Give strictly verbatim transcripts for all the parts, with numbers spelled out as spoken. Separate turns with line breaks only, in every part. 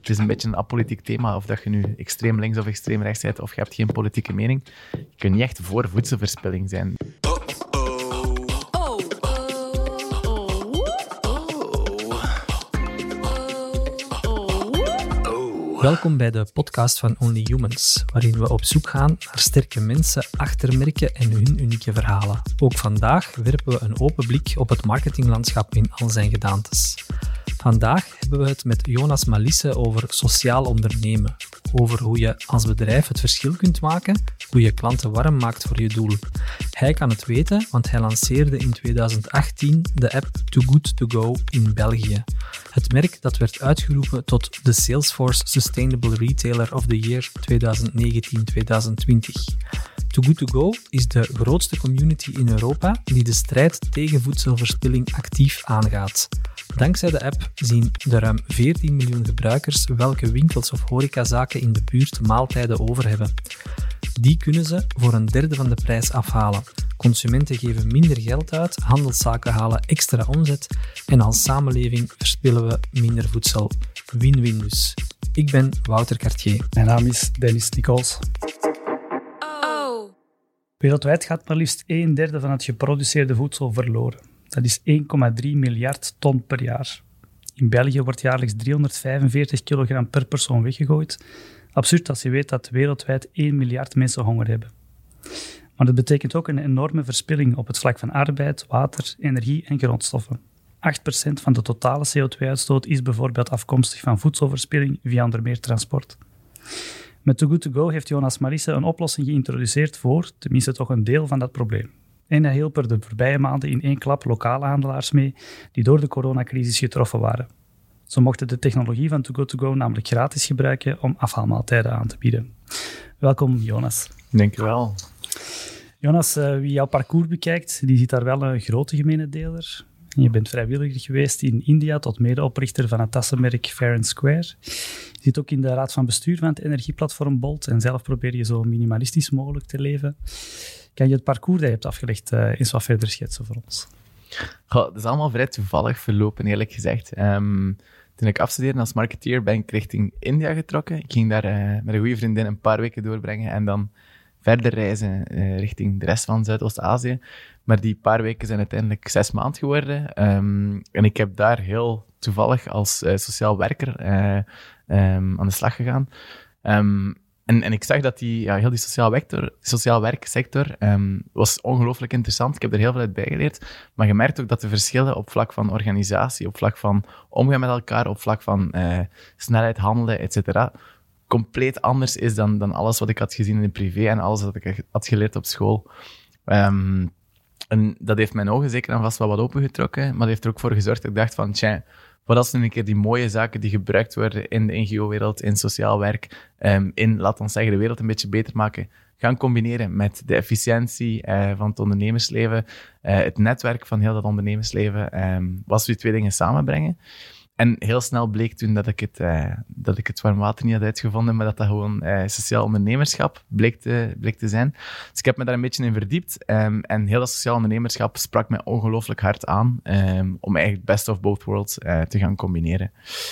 het is een beetje een apolitiek thema, of dat je nu extreem links of extreem rechts bent, of je hebt geen politieke mening. Je kunt niet echt voor voedselverspilling zijn.
Welkom bij de podcast van Only Humans, waarin we op zoek gaan naar sterke mensen, achtermerken en hun unieke verhalen. Ook vandaag werpen we een open blik op het marketinglandschap in al zijn gedaantes. Vandaag hebben we het met Jonas Malisse over sociaal ondernemen. Over hoe je als bedrijf het verschil kunt maken, hoe je klanten warm maakt voor je doel. Hij kan het weten, want hij lanceerde in tweeduizend achttien de app Too Good To Go in België. Het merk dat werd uitgeroepen tot de Salesforce Sustainable Retailer of the Year tweeduizend negentien tweeduizend twintig. Too Good To Go is de grootste community in Europa die de strijd tegen voedselverspilling actief aangaat. Dankzij de app zien de ruim veertien miljoen gebruikers welke winkels of horecazaken in de buurt maaltijden over hebben. Die kunnen ze voor een derde van de prijs afhalen. Consumenten geven minder geld uit, handelszaken halen extra omzet en als samenleving verspillen we minder voedsel. Win-win dus. Ik ben Wouter Cartier.
Mijn naam is Dennis Nichols. Wereldwijd gaat maar liefst een derde van het geproduceerde voedsel verloren. Dat is één komma drie miljard ton per jaar. In België wordt jaarlijks driehonderdvijfenveertig kilogram per persoon weggegooid. Absurd als je weet dat wereldwijd één miljard mensen honger hebben. Maar dat betekent ook een enorme verspilling op het vlak van arbeid, water, energie en grondstoffen. acht procent van de totale C O twee uitstoot is bijvoorbeeld afkomstig van voedselverspilling via onder meer transport. Met Too Good To Go heeft Jonas Malisse een oplossing geïntroduceerd voor, tenminste toch een deel van dat probleem. En hij hielp er de voorbije maanden in één klap lokale handelaars mee die door de coronacrisis getroffen waren. Ze mochten de technologie van Too Good To Go namelijk gratis gebruiken om afhaalmaaltijden aan te bieden. Welkom, Jonas.
Dank je wel.
Jonas, uh, wie jouw parcours bekijkt, die ziet daar wel een grote gemene deler. Je bent vrijwilliger geweest in India tot medeoprichter van het tassenmerk Fair and Square. Je zit ook in de raad van bestuur van het energieplatform Bolt en zelf probeer je zo minimalistisch mogelijk te leven. Kan je het parcours dat je hebt afgelegd uh, eens wat verder schetsen voor ons?
Goh, dat is allemaal vrij toevallig verlopen, eerlijk gezegd. Um, toen ik afstudeerde als marketeer ben ik richting India getrokken. Ik ging daar uh, met een goede vriendin een paar weken doorbrengen en dan verder reizen uh, richting de rest van Zuidoost-Azië. Maar die paar weken zijn uiteindelijk zes maanden geworden. Um, en ik heb daar heel toevallig als uh, sociaal werker uh, um, aan de slag gegaan. Um, En, en ik zag dat die, ja, heel die sociaal, vector, sociaal werksector um, was ongelooflijk interessant. Ik heb er heel veel uit bijgeleerd. Maar je merkt ook dat de verschillen op vlak van organisatie, op vlak van omgaan met elkaar, op vlak van uh, snelheid handelen, et cetera, compleet anders is dan, dan alles wat ik had gezien in de privé en alles wat ik had geleerd op school. Um, en dat heeft mijn ogen zeker en vast wel wat opengetrokken, maar dat heeft er ook voor gezorgd dat ik dacht van, tja, wat als nu een keer die mooie zaken die gebruikt worden in de N G O-wereld, in sociaal werk, um, in, laat ons zeggen, de wereld een beetje beter maken, gaan combineren met de efficiëntie uh, van het ondernemersleven, uh, het netwerk van heel dat ondernemersleven, um, wat als we die twee dingen samenbrengen. En heel snel bleek toen dat ik het, uh, dat ik het warm water niet had uitgevonden, maar dat dat gewoon uh, sociaal ondernemerschap bleek te, bleek te zijn. Dus ik heb me daar een beetje in verdiept. Um, en heel dat sociaal ondernemerschap sprak mij ongelooflijk hard aan um, om eigenlijk best of both worlds uh, te gaan combineren.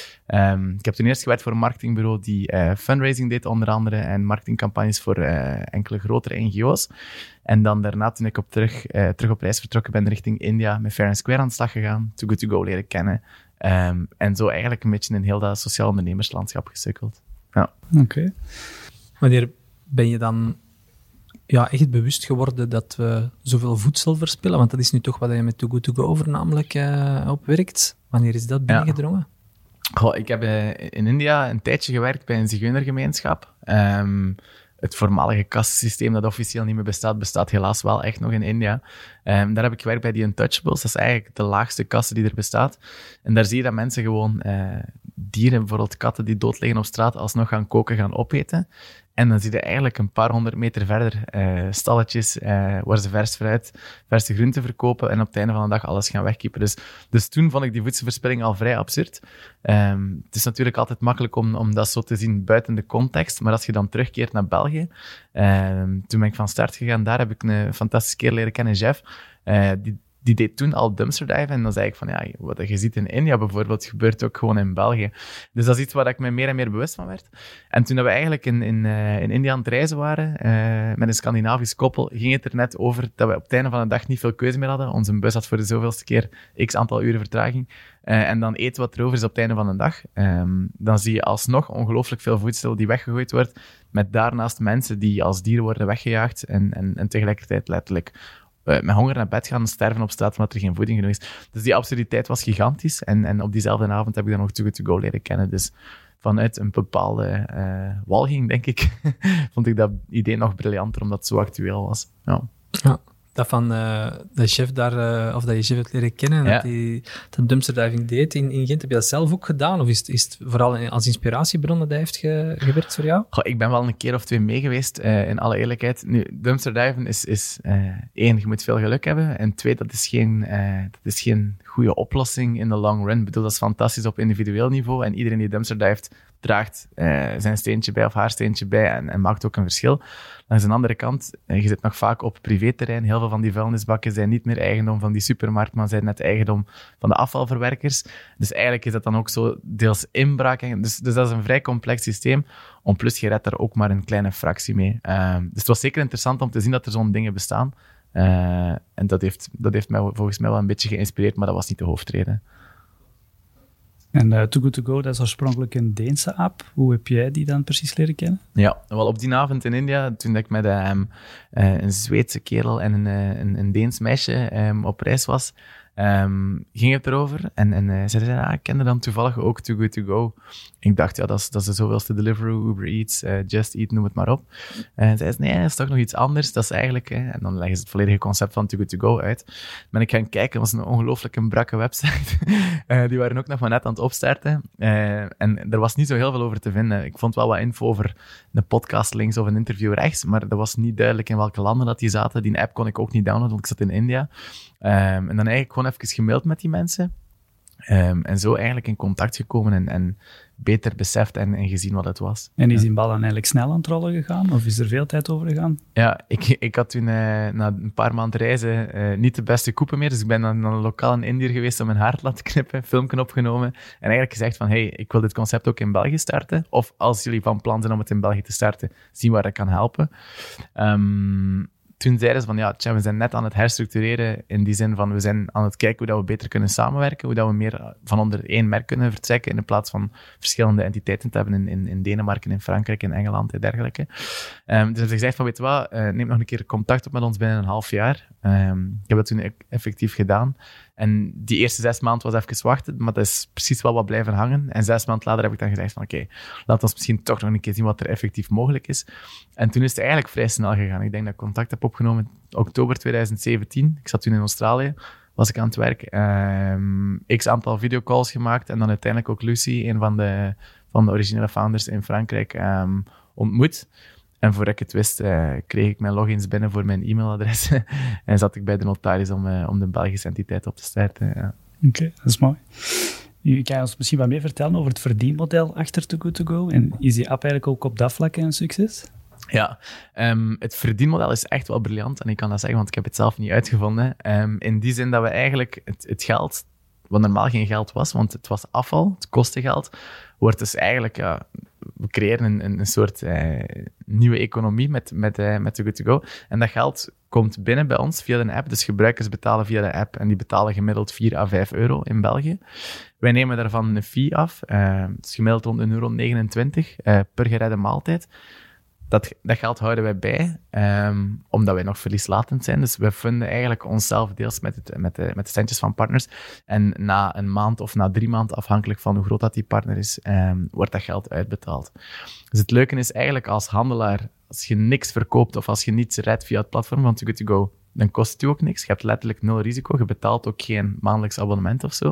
Um, ik heb toen eerst gewerkt voor een marketingbureau die uh, fundraising deed, onder andere, en marketingcampagnes voor uh, enkele grotere N G O's. En dan daarna, toen ik op terug, uh, terug op reis vertrokken ben richting India, met Fair and Square aan de slag gegaan, Too Good To Go leren kennen. Um, en zo eigenlijk een beetje in heel dat sociaal ondernemerslandschap gesukkeld. Ja.
Oké. Okay.
Wanneer ben je dan ja, echt bewust geworden dat we zoveel voedsel verspillen? Want dat is nu toch wat je met Too Good To Go voornamelijk uh, op werkt. Wanneer is dat binnengedrongen?
Ja. Goh, ik heb uh, in India een tijdje gewerkt bij een zigeunergemeenschap. Um, Het voormalige kassensysteem dat officieel niet meer bestaat, bestaat helaas wel echt nog in India. Um, daar heb ik gewerkt bij die Untouchables. Dat is eigenlijk de laagste kasse die er bestaat. En daar zie je dat mensen gewoon uh, dieren, bijvoorbeeld katten die dood liggen op straat, alsnog gaan koken, gaan opeten. En dan zie je eigenlijk een paar honderd meter verder uh, stalletjes uh, waar ze vers fruit, verse groenten verkopen en op het einde van de dag alles gaan wegkiepen. Dus, dus toen vond ik die voedselverspilling al vrij absurd. Um, het is natuurlijk altijd makkelijk om, om dat zo te zien buiten de context, maar als je dan terugkeert naar België, um, toen ben ik van start gegaan, daar heb ik een fantastische kerel leren kennen, Jeff, uh, die die deed toen al dumpsterdiven. En dan zei ik van, ja, wat je ziet in India bijvoorbeeld, gebeurt ook gewoon in België. Dus dat is iets waar ik me meer en meer bewust van werd. En toen we eigenlijk in, in, uh, in India aan het reizen waren, uh, met een Scandinavisch koppel, ging het er net over dat we op het einde van de dag niet veel keuze meer hadden. Onze bus had voor de zoveelste keer x aantal uren vertraging. Uh, en dan eten wat er over is op het einde van de dag. Um, dan zie je alsnog ongelooflijk veel voedsel die weggegooid wordt, met daarnaast mensen die als dieren worden weggejaagd en, en, en tegelijkertijd letterlijk uh, met honger naar bed gaan sterven op straat omdat er geen voeding genoeg is. Dus die absurditeit was gigantisch. En, en op diezelfde avond heb ik dan nog Too Good To Go leren kennen. Dus vanuit een bepaalde uh, walging, denk ik, vond ik dat idee nog briljanter, omdat het zo actueel was. Ja.
Ja. Dat van uh, de chef daar, uh, of dat je chef hebt leren kennen,
ja.
dat hij dat dumpsterdiving deed in, in Gent. Heb je dat zelf ook gedaan? Of is het, is het vooral als inspiratiebron dat hij heeft ge, gewerkt voor jou?
Goh, ik ben wel een keer of twee mee geweest, uh, in alle eerlijkheid. Nu, dumpsterdiven is, is uh, één, je moet veel geluk hebben. En twee, dat is geen, uh, dat is geen goede oplossing in de long run. Ik bedoel, dat is fantastisch op individueel niveau. En iedereen die dumpsterdivet, draagt uh, zijn steentje bij of haar steentje bij en, en maakt ook een verschil. Langs de andere kant, uh, je zit nog vaak op privéterrein. Heel veel van die vuilnisbakken zijn niet meer eigendom van die supermarkt, maar zijn net eigendom van de afvalverwerkers. Dus eigenlijk is dat dan ook zo deels inbraak. Dus, dus dat is een vrij complex systeem. Om plus, je redt daar ook maar een kleine fractie mee. Uh, dus het was zeker interessant om te zien dat er zo'n dingen bestaan. Uh, en dat heeft, dat heeft mij volgens mij wel een beetje geïnspireerd, maar dat was niet de hoofdreden.
En uh, Too Good To Go, dat is oorspronkelijk een Deense app. Hoe heb jij die dan precies leren kennen?
Ja, wel op die avond in India, toen ik met um, uh, een Zweedse kerel en een, uh, een, een Deens meisje um, op reis was, um, ging het erover. En, en uh, zij zei, ah, ik kende dan toevallig ook Too Good To Go. Ik dacht, ja, dat is, dat is de zoveelste Deliveroo, Uber Eats, uh, Just Eat, noem het maar op. En zij zei, nee, dat is toch nog iets anders. Dat is eigenlijk, hè, en dan leggen ze het volledige concept van Too Good To Go uit. Ben ik gaan kijken, dat was een ongelooflijk een brakke website. uh, die waren ook nog maar net aan het opstarten. Uh, en er was niet zo heel veel over te vinden. Ik vond wel wat info over een podcast links of een interview rechts, maar dat was niet duidelijk in welke landen dat die zaten. Die app kon ik ook niet downloaden, want ik zat in India. Um, en dan eigenlijk gewoon even gemaild met die mensen. Um, en zo eigenlijk in contact gekomen en, en beter beseft en, en gezien wat het was.
En is
ja.
die bal dan eigenlijk snel aan het rollen gegaan? Of is er veel tijd over gegaan?
Ja, ik, ik had toen uh, na een paar maanden reizen uh, niet de beste koepen meer. Dus ik ben dan naar een lokaal in Indië geweest om mijn haar te laten knippen, filmpje opgenomen. En eigenlijk gezegd van, hey, ik wil dit concept ook in België starten. Of als jullie van plan zijn om het in België te starten, zien waar ik kan helpen. Um, Toen zeiden ze van, ja, tja, we zijn net aan het herstructureren in die zin van, we zijn aan het kijken hoe dat we beter kunnen samenwerken, hoe dat we meer van onder één merk kunnen vertrekken, in plaats van verschillende entiteiten te hebben in, in, in Denemarken, in Frankrijk, in Engeland en dergelijke. Um, dus hebben ze gezegd van, weet je wat, uh, neem nog een keer contact op met ons binnen een half jaar. Um, ik heb dat toen effectief gedaan. En die eerste zes maanden was even wachten, maar dat is precies wel wat blijven hangen. En zes maanden later heb ik dan gezegd van, oké, okay, laat ons misschien toch nog een keer zien wat er effectief mogelijk is. En toen is het eigenlijk vrij snel gegaan. Ik denk dat ik contact heb opgenomen in oktober twintig zeventien. Ik zat toen in Australië, was ik aan het werk. Um, x aantal videocalls gemaakt en dan uiteindelijk ook Lucy, een van de, van de originele founders in Frankrijk, um, ontmoet. En voor ik het wist, uh, kreeg ik mijn logins binnen voor mijn e-mailadres en zat ik bij de notaris om, uh, om de Belgische entiteit op te starten. Ja.
Oké, okay, dat is mooi. Nu, kan je ons misschien wat meer vertellen over het verdienmodel achter Too Good To Go? En is die app eigenlijk ook op dat vlak een succes?
Ja, um, het verdienmodel is echt wel briljant en ik kan dat zeggen, want ik heb het zelf niet uitgevonden. Um, in die zin dat we eigenlijk het, het geld, wat normaal geen geld was, want het was afval, het kostte geld, wordt dus eigenlijk, ja, we creëren een, een soort uh, nieuwe economie met, met, uh, met Too Good To Go. En dat geld komt binnen bij ons via de app, dus gebruikers betalen via de app en die betalen gemiddeld vier à vijf euro in België. Wij nemen daarvan een fee af, uh, het is gemiddeld rond een euro negenentwintig uh, per geredde maaltijd. Dat, dat geld houden wij bij, um, omdat wij nog verlieslatend zijn. Dus we funden eigenlijk onszelf deels met, het, met, de, met de centjes van partners. En na een maand of na drie maanden, afhankelijk van hoe groot dat die partner is, um, wordt dat geld uitbetaald. Dus het leuke is eigenlijk als handelaar, als je niks verkoopt of als je niets redt via het platform van Too Good To Go, dan kost het je ook niks. Je hebt letterlijk nul risico. Je betaalt ook geen maandelijks abonnement of zo.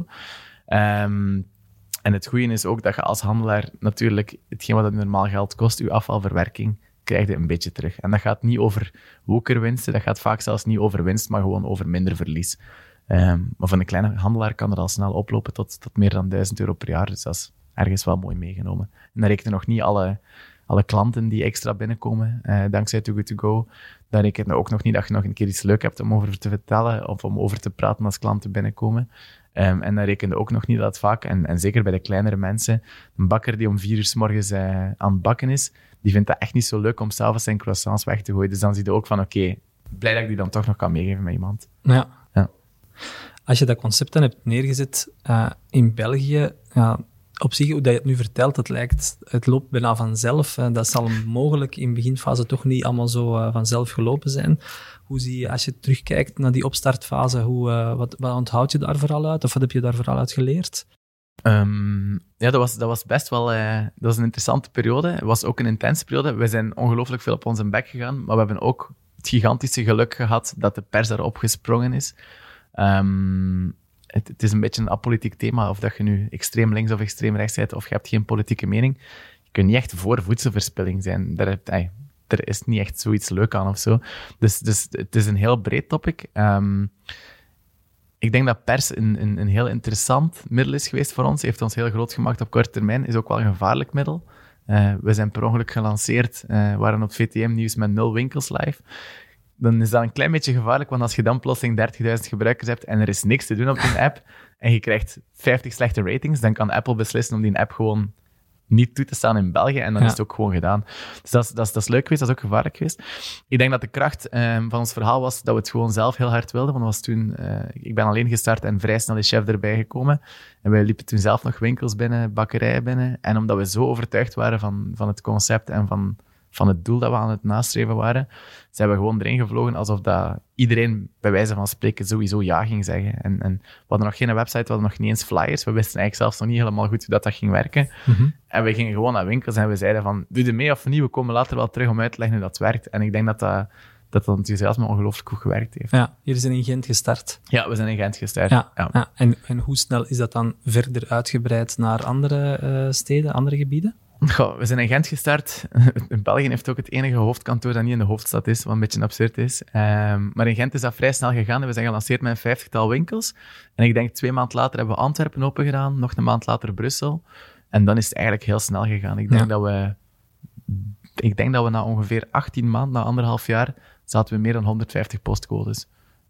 Um, en het goede is ook dat je als handelaar natuurlijk hetgeen wat het normaal geld kost, je afvalverwerking, krijg je een beetje terug. En dat gaat niet over woekerwinsten, dat gaat vaak zelfs niet over winst, maar gewoon over minder verlies. Um, maar van een kleine handelaar kan er al snel oplopen tot, tot meer dan duizend euro per jaar, dus dat is ergens wel mooi meegenomen. En dan rekenen nog niet alle alle klanten die extra binnenkomen, uh, dankzij Too Good To Go. Dan rekent het ook nog niet dat je nog een keer iets leuk hebt om over te vertellen of om over te praten als klanten binnenkomen. Um, en dan rekende ook nog niet dat het vaak, en, en zeker bij de kleinere mensen, een bakker die om vier uur 's morgens uh, aan het bakken is, die vindt dat echt niet zo leuk om s'avonds zijn croissants weg te gooien. Dus dan zie je ook van, oké, okay, blij dat ik die dan toch nog kan meegeven met iemand.
Ja.
ja.
Als je dat concept dan hebt neergezet uh, in België, uh, op zich, hoe dat je het nu vertelt, het lijkt, het loopt bijna vanzelf. Uh, dat zal mogelijk in de beginfase toch niet allemaal zo uh, vanzelf gelopen zijn. Hoe zie je, als je terugkijkt naar die opstartfase, hoe, uh, wat, wat onthoud je daar vooral uit? Of wat heb je daar vooral uit geleerd?
Um, ja, dat was, dat was best wel uh, dat was een interessante periode. Het was ook een intense periode. We zijn ongelooflijk veel op onze bek gegaan, maar we hebben ook het gigantische geluk gehad dat de pers daarop gesprongen is. Um, het, het is een beetje een apolitiek thema, of dat je nu extreem links of extreem rechts bent, of je hebt geen politieke mening. Je kunt niet echt voor voedselverspilling zijn. Daar heb, ay, er is niet echt zoiets leuk aan of zo. Dus, dus het is een heel breed topic. Um, ik denk dat pers een, een, een heel interessant middel is geweest voor ons. Heeft ons heel groot gemaakt op korte termijn. Is ook wel een gevaarlijk middel. Uh, we zijn per ongeluk gelanceerd. Uh, waren op V T M-nieuws met nul winkels live. Dan is dat een klein beetje gevaarlijk, want als je dan plotseling dertigduizend gebruikers hebt en er is niks te doen op die app en je krijgt vijftig slechte ratings, dan kan Apple beslissen om die app gewoon niet toe te staan in België en dan ja. is het ook gewoon gedaan. Dus dat is, dat, is, dat is leuk geweest, dat is ook gevaarlijk geweest. Ik denk dat de kracht um, van ons verhaal was dat we het gewoon zelf heel hard wilden, want dat was toen, uh, ik ben alleen gestart en vrij snel is chef erbij gekomen. En wij liepen toen zelf nog winkels binnen, bakkerijen binnen. En omdat we zo overtuigd waren van, van het concept en van, van het doel dat we aan het nastreven waren, zijn we gewoon erin gevlogen alsof dat iedereen bij wijze van spreken sowieso ja ging zeggen. En, en we hadden nog geen website, we hadden nog niet eens flyers. We wisten eigenlijk zelfs nog niet helemaal goed hoe dat, dat ging werken. Mm-hmm. En we gingen gewoon naar winkels en we zeiden van, doe er mee of niet, we komen later wel terug om uit te leggen hoe dat werkt. En ik denk dat dat, dat, dat enthousiasme ongelooflijk goed gewerkt heeft.
Ja, hier zijn in Gent gestart.
Ja, we zijn in Gent gestart.
Ja,
ja.
ja. En, en hoe snel is dat dan verder uitgebreid naar andere uh, steden, andere gebieden?
Goh, we zijn in Gent gestart. België heeft ook het enige hoofdkantoor dat niet in de hoofdstad is, wat een beetje absurd is. Um, maar in Gent is dat vrij snel gegaan en we zijn gelanceerd met een vijftigtal winkels. En ik denk twee maanden later hebben we Antwerpen opengedaan, nog een maand later Brussel. En dan is het eigenlijk heel snel gegaan. Ik denk, ja. dat, we, ik denk dat we na ongeveer achttien maanden, na anderhalf jaar, zaten we meer dan honderdvijftig postcodes.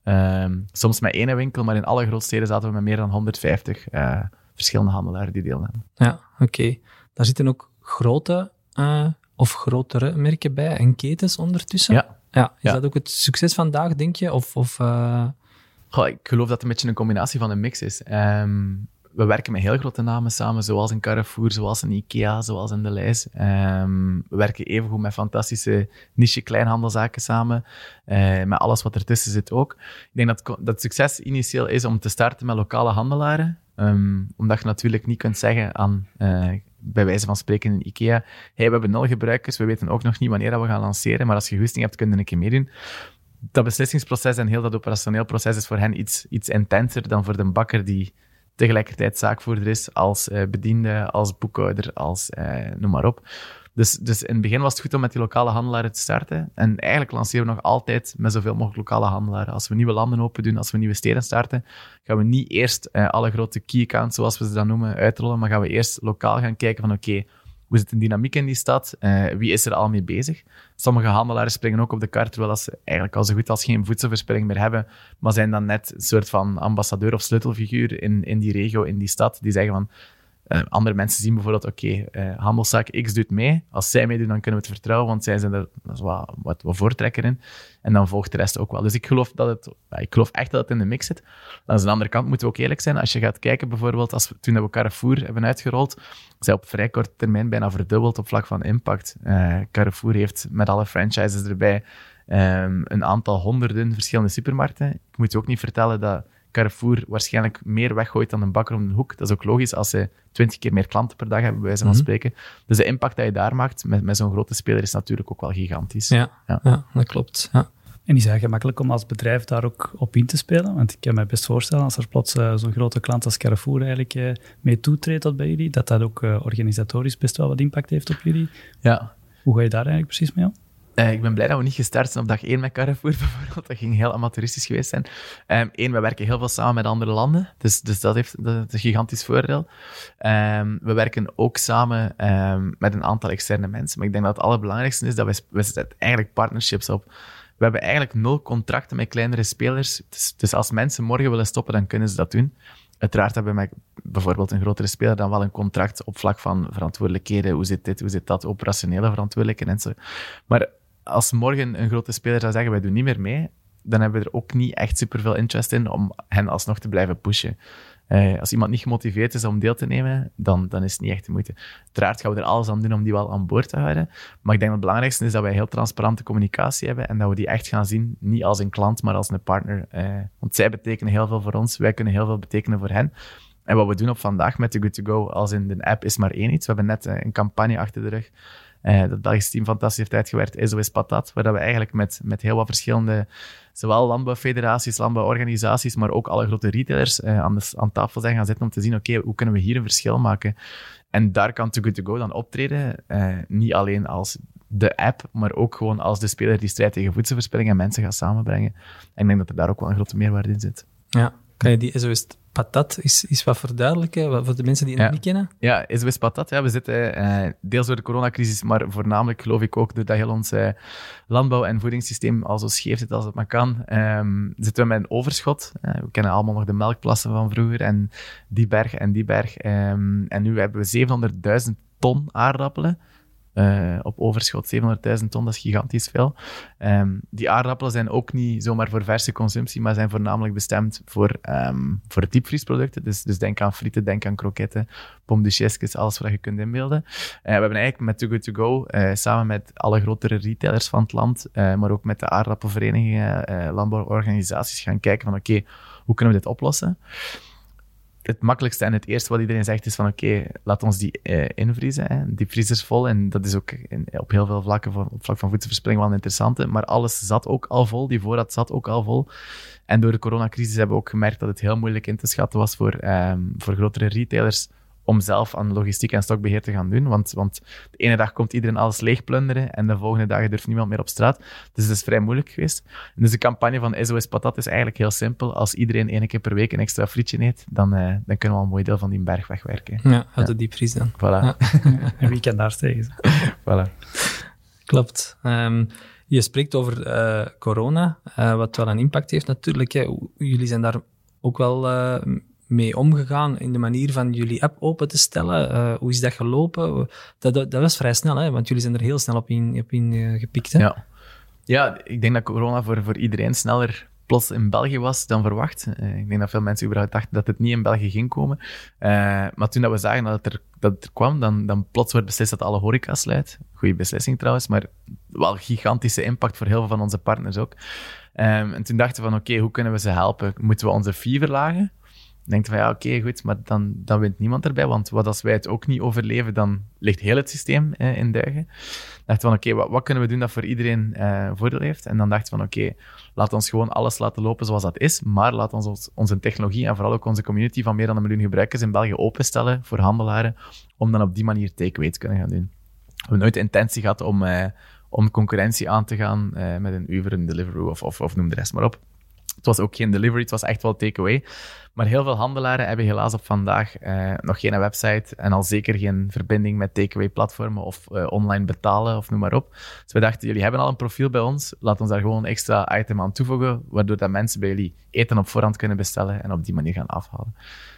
Um, soms met één winkel, maar in alle grootsteden zaten we met meer dan honderdvijftig uh, verschillende handelaren die deelnamen.
Ja, oké. Okay. Daar zitten ook grote uh, of grotere merken bij en ketens ondertussen.
Ja.
ja is
ja.
dat ook het succes vandaag, denk je? Of, of, uh...
Goh, ik geloof dat het een beetje een combinatie van een mix is. Um, we werken met heel grote namen samen, zoals een Carrefour, zoals een IKEA, zoals een Deleuze. Um, we werken evengoed met fantastische niche-kleinhandelzaken samen, uh, met alles wat ertussen zit ook. Ik denk dat, dat het succes initieel is om te starten met lokale handelaren, um, omdat je natuurlijk niet kunt zeggen aan... Uh, bij wijze van spreken in IKEA, hey, we hebben nul gebruikers, we weten ook nog niet wanneer dat we gaan lanceren, maar als je goesting hebt, kun je een keer meedoen. Dat beslissingsproces en heel dat operationeel proces is voor hen iets, iets intenser dan voor de bakker die tegelijkertijd zaakvoerder is, als uh, bediende, als boekhouder, als uh, noem maar op. Dus, dus in het begin was het goed om met die lokale handelaren te starten. En eigenlijk lanceren we nog altijd met zoveel mogelijk lokale handelaren. Als we nieuwe landen open doen, als we nieuwe steden starten, gaan we niet eerst uh, alle grote key accounts, zoals we ze dan noemen, uitrollen, maar gaan we eerst lokaal gaan kijken van oké, okay, hoe zit de dynamiek in die stad? Uh, wie is er al mee bezig? Sommige handelaren springen ook op de kar, terwijl ze eigenlijk al zo goed als geen voedselverspilling meer hebben, maar zijn dan net een soort van ambassadeur of sleutelfiguur in, in die regio, in die stad, die zeggen van Uh, andere mensen zien bijvoorbeeld, oké, okay, uh, handelszaak X doet mee. Als zij meedoen, dan kunnen we het vertrouwen, want zij zijn er dat is wat, wat, wat voortrekker in. En dan volgt de rest ook wel. Dus ik geloof, dat het, ja, ik geloof echt dat het in de mix zit. Aan de andere kant moeten we ook eerlijk zijn. Als je gaat kijken, bijvoorbeeld, als we, toen we Carrefour hebben uitgerold, zij op vrij korte termijn bijna verdubbeld op vlak van impact. Uh, Carrefour heeft met alle franchises erbij um, een aantal honderden verschillende supermarkten. Ik moet je ook niet vertellen dat Carrefour waarschijnlijk meer weggooit dan een bakker om de hoek. Dat is ook logisch als ze twintig keer meer klanten per dag hebben, bij wijze van
mm-hmm.
spreken. Dus de impact dat je daar maakt met, met zo'n grote speler is natuurlijk ook wel gigantisch.
Ja, ja. ja dat klopt. Ja.
En is het gemakkelijk om als bedrijf daar ook op in te spelen? Want ik kan me best voorstellen, als er plots uh, zo'n grote klant als Carrefour eigenlijk uh, mee toetreedt tot bij jullie, dat dat ook uh, organisatorisch best wel wat impact heeft op jullie.
Ja.
Hoe ga je daar eigenlijk precies mee om?
Uh, ik ben blij dat we niet gestart zijn op dag één met Carrefour bijvoorbeeld. Dat ging heel amateuristisch geweest zijn. Eén, um, we werken heel veel samen met andere landen. Dus, dus dat heeft dat is een gigantisch voordeel. Um, we werken ook samen um, met een aantal externe mensen. Maar ik denk dat het allerbelangrijkste is dat we, we zetten eigenlijk partnerships op. We hebben eigenlijk nul contracten met kleinere spelers. Dus, dus als mensen morgen willen stoppen, dan kunnen ze dat doen. Uiteraard hebben we met bijvoorbeeld een grotere speler dan wel een contract op vlak van verantwoordelijkheden. Hoe zit dit, hoe zit dat, operationele verantwoordelijkheden en zo. Maar als morgen een grote speler zou zeggen, wij doen niet meer mee, dan hebben we er ook niet echt superveel interest in om hen alsnog te blijven pushen. Uh, als iemand niet gemotiveerd is om deel te nemen, dan, dan is het niet echt de moeite. Uiteraard gaan we er alles aan doen om die wel aan boord te houden. Maar ik denk dat het belangrijkste is dat wij heel transparante communicatie hebben en dat we die echt gaan zien, niet als een klant, maar als een partner. Uh, want zij betekenen heel veel voor ons, wij kunnen heel veel betekenen voor hen. En wat we doen op vandaag met The Good To Go, als in de app, is maar één iets. We hebben net uh, een campagne achter de rug. Uh, dat Belgische team fantastisch heeft uitgewerkt, S O S Patat, waar dat we eigenlijk met, met heel wat verschillende, zowel landbouwfederaties, landbouworganisaties, maar ook alle grote retailers uh, aan, de, aan tafel zijn gaan zitten om te zien, oké, okay, hoe kunnen we hier een verschil maken? En daar kan Too Good To Go dan optreden, uh, niet alleen als de app, maar ook gewoon als de speler die strijdt tegen voedselverspilling en mensen gaat samenbrengen. En ik denk dat er daar ook wel een grote meerwaarde in zit.
Ja, kan je die S O S Patat is, is wat verduidelijken, voor de mensen die het
ja.
niet kennen?
Ja, S O S Patat. Ja, we zitten uh, deels door de coronacrisis, maar voornamelijk geloof ik ook doordat heel ons uh, landbouw- en voedingssysteem al zo scheef zit als het maar kan, um, zitten we met een overschot. Uh, we kennen allemaal nog de melkplassen van vroeger en die berg en die berg. Um, en nu hebben we zevenhonderdduizend ton aardappelen. Uh, op overschot, zevenhonderdduizend ton, dat is gigantisch veel. Um, die aardappelen zijn ook niet zomaar voor verse consumptie, maar zijn voornamelijk bestemd voor, um, voor diepvriesproducten. Dus, dus denk aan frieten, denk aan kroketten, pomme duchesques, alles wat je kunt inbeelden. Uh, we hebben eigenlijk met Too Good To Go, uh, samen met alle grotere retailers van het land, uh, maar ook met de aardappelverenigingen, uh, landbouworganisaties, gaan kijken van oké, okay, hoe kunnen we dit oplossen? Het makkelijkste en het eerste wat iedereen zegt is van oké, okay, laat ons die uh, invriezen. Hè. Die vriezers vol. En dat is ook in, op heel veel vlakken, van, op vlak van voedselverspilling wel een interessante. Maar alles zat ook al vol. Die voorraad zat ook al vol. En door de coronacrisis hebben we ook gemerkt dat het heel moeilijk in te schatten was voor, um, voor grotere retailers om zelf aan logistiek en stokbeheer te gaan doen. Want, want de ene dag komt iedereen alles leegplunderen en de volgende dag durft niemand meer op straat. Dus het is vrij moeilijk geweest. En dus de campagne van S O S Patat is eigenlijk heel simpel. Als iedereen één keer per week een extra frietje eet, dan, uh, dan kunnen we al een mooi deel van die berg wegwerken.
Ja, uit de diepvries dan.
Voilà. Ja.
En wie kan daar tegen?
Voilà.
Klopt. Um, je spreekt over uh, corona, uh, wat wel een impact heeft natuurlijk. Hè. Jullie zijn daar ook wel uh, mee omgegaan in de manier van jullie app open te stellen. Uh, hoe is dat gelopen? Dat, dat, dat was vrij snel, hè? Want jullie zijn er heel snel op in, op in uh, gepikt. Hè?
Ja. ja, ik denk dat corona voor, voor iedereen sneller plots in België was dan verwacht. Uh, ik denk dat veel mensen überhaupt dachten dat het niet in België ging komen. Uh, maar toen dat we zagen dat het er, dat het er kwam, dan, dan plots werd beslist dat alle horeca sluit. Goeie beslissing trouwens, maar wel gigantische impact voor heel veel van onze partners ook. Um, en toen dachten we van, oké, okay, hoe kunnen we ze helpen? Moeten we onze fee verlagen? Dan denk je van, ja, oké, okay, goed, maar dan, dan wint niemand erbij, want wat als wij het ook niet overleven, dan ligt heel het systeem eh, in duigen. Dan dachten we van, oké, okay, wat, wat kunnen we doen dat voor iedereen uh, voordeel heeft? En dan dachten we van, oké, okay, laat ons gewoon alles laten lopen zoals dat is, maar laat ons, ons onze technologie en vooral ook onze community van meer dan een miljoen gebruikers in België openstellen voor handelaren, om dan op die manier takeaway te kunnen gaan doen. We hebben nooit de intentie gehad om, uh, om concurrentie aan te gaan uh, met een Uber, een Deliveroo of, of, of noem de rest maar op. Het was ook geen delivery, het was echt wel takeaway. Maar heel veel handelaren hebben helaas op vandaag uh, nog geen website en al zeker geen verbinding met takeaway-platformen of uh, online betalen of noem maar op. Dus we dachten, jullie hebben al een profiel bij ons, laat ons daar gewoon een extra item aan toevoegen, waardoor dat mensen bij jullie eten op voorhand kunnen bestellen en op die manier gaan afhalen.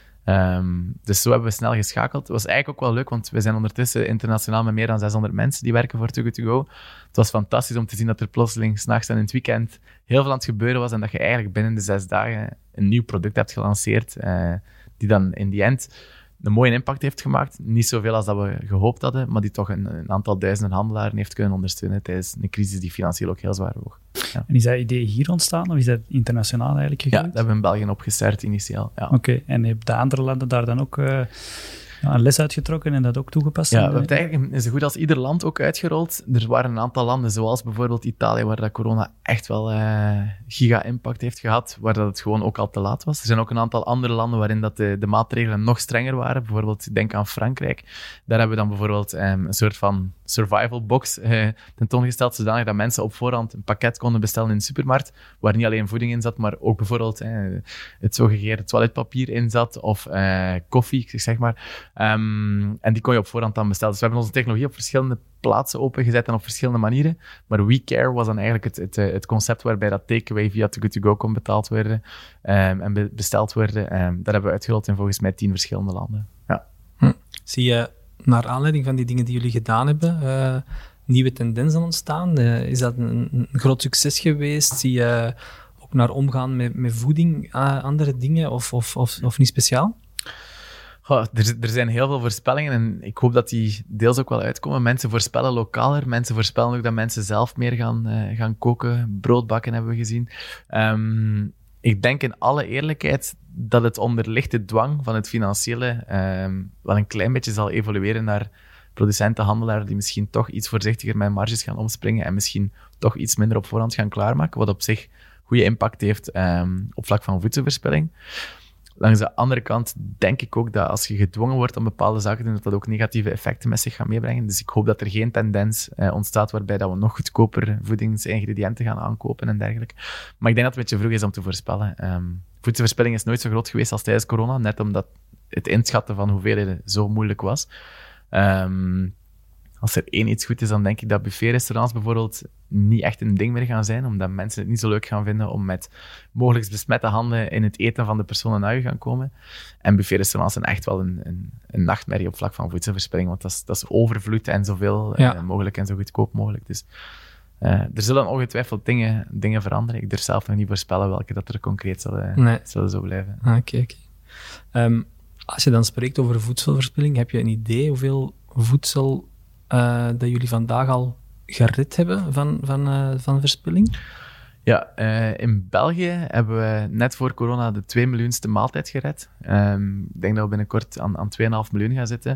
Um, dus zo hebben we snel geschakeld. Het was eigenlijk ook wel leuk, want we zijn ondertussen internationaal met meer dan zeshonderd mensen die werken voor Too Good To Go. Het was fantastisch om te zien dat er plotseling 's nachts en in het weekend heel veel aan het gebeuren was en dat je eigenlijk binnen de zes dagen een nieuw product hebt gelanceerd, uh, die dan in die end een mooie impact heeft gemaakt. Niet zoveel als dat we gehoopt hadden, maar die toch een, een aantal duizenden handelaren heeft kunnen ondersteunen tijdens een crisis die financieel ook heel zwaar woog. Ja.
En is dat idee hier ontstaan of is dat internationaal eigenlijk gegroeid?
Ja, dat hebben we in België opgestart initieel. Ja.
Oké, okay. En heb de andere landen daar dan ook uh, een les uitgetrokken en dat ook toegepast?
Ja, we hebben het eigenlijk zo goed als ieder land ook uitgerold. Er waren een aantal landen, zoals bijvoorbeeld Italië, waar dat corona echt wel uh, giga-impact heeft gehad, waar dat het gewoon ook al te laat was. Er zijn ook een aantal andere landen waarin dat de, de maatregelen nog strenger waren. Bijvoorbeeld, denk aan Frankrijk. Daar hebben we dan bijvoorbeeld um, een soort van survival box uh, tentoongesteld, zodanig dat mensen op voorhand een pakket konden bestellen in de supermarkt, waar niet alleen voeding in zat, maar ook bijvoorbeeld uh, het zogeheten toiletpapier in zat, of uh, koffie, zeg maar. Um, en die kon je op voorhand dan bestellen. Dus we hebben onze technologie op verschillende plaatsen opengezet en op verschillende manieren. Maar WeCare was dan eigenlijk het, het, het concept waarbij dat takeaway via Too Good To Go kon betaald worden um, en be- besteld worden. Um, dat hebben we uitgerold in volgens mij tien verschillende landen. Ja.
Hm. Zie je, naar aanleiding van die dingen die jullie gedaan hebben, uh, nieuwe tendensen ontstaan? Uh, is dat een, een groot succes geweest? Zie je ook naar omgaan met, met voeding, uh, andere dingen, of, of, of, of niet speciaal?
Goh, er, er zijn heel veel voorspellingen en ik hoop dat die deels ook wel uitkomen. Mensen voorspellen lokaler, mensen voorspellen ook dat mensen zelf meer gaan, uh, gaan koken. Broodbakken hebben we gezien. Um, ik denk in alle eerlijkheid dat het onderliggende dwang van het financiële um, wel een klein beetje zal evolueren naar producenten, handelaren die misschien toch iets voorzichtiger met marges gaan omspringen en misschien toch iets minder op voorhand gaan klaarmaken, wat op zich goede impact heeft um, op vlak van voedselverspilling. Langs de andere kant denk ik ook dat als je gedwongen wordt om bepaalde zaken te doen, dat dat ook negatieve effecten met zich gaat meebrengen. Dus ik hoop dat er geen tendens uh, ontstaat waarbij dat we nog goedkoper voedingsingrediënten gaan aankopen en dergelijke. Maar ik denk dat het een beetje vroeg is om te voorspellen. Um, voedselverspilling is nooit zo groot geweest als tijdens corona, net omdat het inschatten van hoeveelheden zo moeilijk was. Um, Als er één iets goed is, dan denk ik dat buffetrestaurants bijvoorbeeld niet echt een ding meer gaan zijn, omdat mensen het niet zo leuk gaan vinden om met mogelijk besmette handen in het eten van de personen na je gaan komen. En buffetrestaurants zijn echt wel een, een, een nachtmerrie op vlak van voedselverspilling, want dat is, dat is overvloed en zoveel ja. uh, mogelijk en zo goedkoop mogelijk. Dus uh, er zullen ongetwijfeld dingen, dingen veranderen. Ik durf zelf nog niet voorspellen welke dat er concreet zullen, nee. zullen zo blijven.
Oké, okay, oké. Okay. Um, als je dan spreekt over voedselverspilling, heb je een idee hoeveel voedsel Uh, dat jullie vandaag al gered hebben van, van, uh, van verspilling?
Ja, uh, in België hebben we net voor corona de twee miljoenste maaltijd gered. Um, ik denk dat we binnenkort aan, aan twee komma vijf miljoen gaan zitten.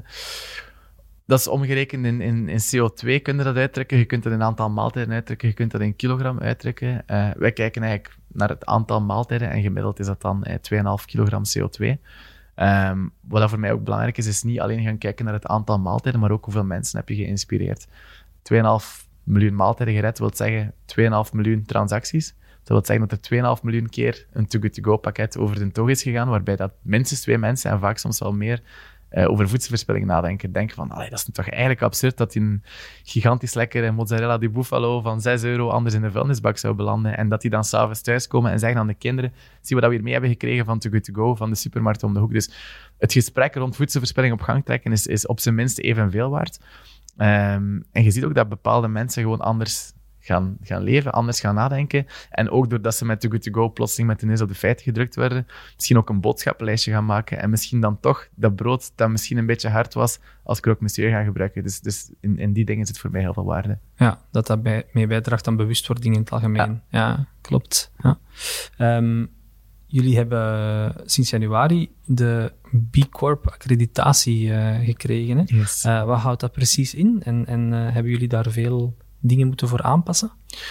Dat is omgerekend in, in, in C O twee kun je dat uitdrukken. Je kunt dat in aantal maaltijden uitdrukken. Je kunt dat in kilogram uitdrukken. Uh, wij kijken eigenlijk naar het aantal maaltijden en gemiddeld is dat dan uh, twee komma vijf kilogram C O twee. Um, wat dat voor mij ook belangrijk is, is niet alleen gaan kijken naar het aantal maaltijden, maar ook hoeveel mensen heb je geïnspireerd. twee komma vijf miljoen maaltijden gered wil zeggen twee komma vijf miljoen transacties. Dat wil zeggen dat er twee komma vijf miljoen keer een Too Good To Go pakket over de toog is gegaan, waarbij dat minstens twee mensen, en vaak soms wel meer, uh, over voedselverspilling nadenken. Denken van, allee, dat is toch eigenlijk absurd dat die een gigantisch lekkere mozzarella di bufalo van zes euro anders in de vuilnisbak zou belanden en dat die dan s'avonds thuiskomen en zeggen aan de kinderen, zie wat we hier mee hebben gekregen van Too Good To Go, van de supermarkt om de hoek. Dus het gesprek rond voedselverspilling op gang trekken is, is op zijn minst evenveel waard. Um, en je ziet ook dat bepaalde mensen gewoon anders gaan, gaan leven, anders gaan nadenken. En ook doordat ze met Too Good To Go plotseling met de neus op de feiten gedrukt werden, misschien ook een boodschappenlijstje gaan maken en misschien dan toch dat brood dat misschien een beetje hard was, als croque monsieur gaan gebruiken. Dus, dus in, in die dingen zit voor mij heel veel waarde.
Ja, dat dat bij, mee bijdraagt aan bewustwording in het algemeen. Ja, ja klopt. Ja. Um, jullie hebben sinds januari de B Corp accreditatie uh, gekregen. Hè?
Yes.
Uh, wat houdt dat precies in? En, en uh, hebben jullie daar veel dingen moeten voor aanpassen?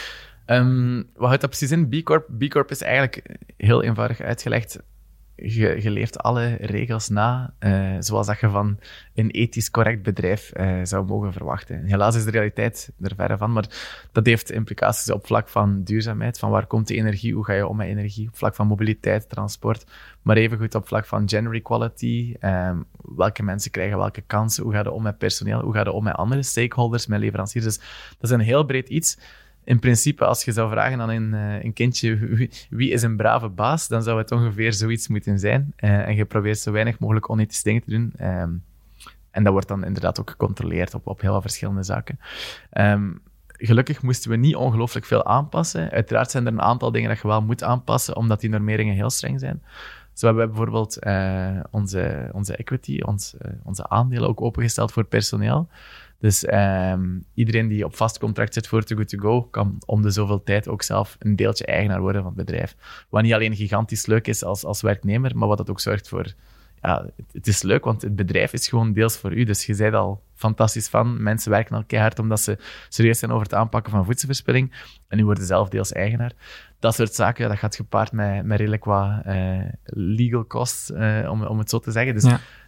Um, wat houdt dat precies in? B Corp, B Corp is eigenlijk heel eenvoudig uitgelegd. Je, je leeft alle regels na, uh, zoals dat je van een ethisch correct bedrijf uh, zou mogen verwachten. Helaas is de realiteit er verre van, maar dat heeft implicaties op vlak van duurzaamheid, van waar komt de energie, hoe ga je om met energie, op vlak van mobiliteit, transport, maar evengoed op vlak van gender equality, um, welke mensen krijgen welke kansen, hoe ga je om met personeel, hoe ga je om met andere stakeholders, met leveranciers. Dus dat is een heel breed iets. In principe, als je zou vragen aan een, uh, een kindje wie, wie is een brave baas, dan zou het ongeveer zoiets moeten zijn. Uh, en je probeert zo weinig mogelijk onethische dingen te doen. Um, en dat wordt dan inderdaad ook gecontroleerd op, op heel wat verschillende zaken. Um, gelukkig moesten we niet ongelooflijk veel aanpassen. Uiteraard zijn er een aantal dingen dat je wel moet aanpassen, omdat die normeringen heel streng zijn. Zo hebben we bijvoorbeeld uh, onze, onze equity, ons, uh, onze aandelen ook opengesteld voor personeel. Dus um, iedereen die op vast contract zit voor Too Good To Go, kan om de zoveel tijd ook zelf een deeltje eigenaar worden van het bedrijf. Wat niet alleen gigantisch leuk is als, als werknemer, maar wat dat ook zorgt voor... Ja, het, het is leuk, want het bedrijf is gewoon deels voor u. Dus je bent al fantastisch van. Mensen werken al keihard omdat ze serieus zijn over het aanpakken van voedselverspilling. En nu worden zelf deels eigenaar. Dat soort zaken, dat gaat gepaard met, met redelijk wat uh, legal costs, uh, om, om het zo te zeggen. Dus... Ja.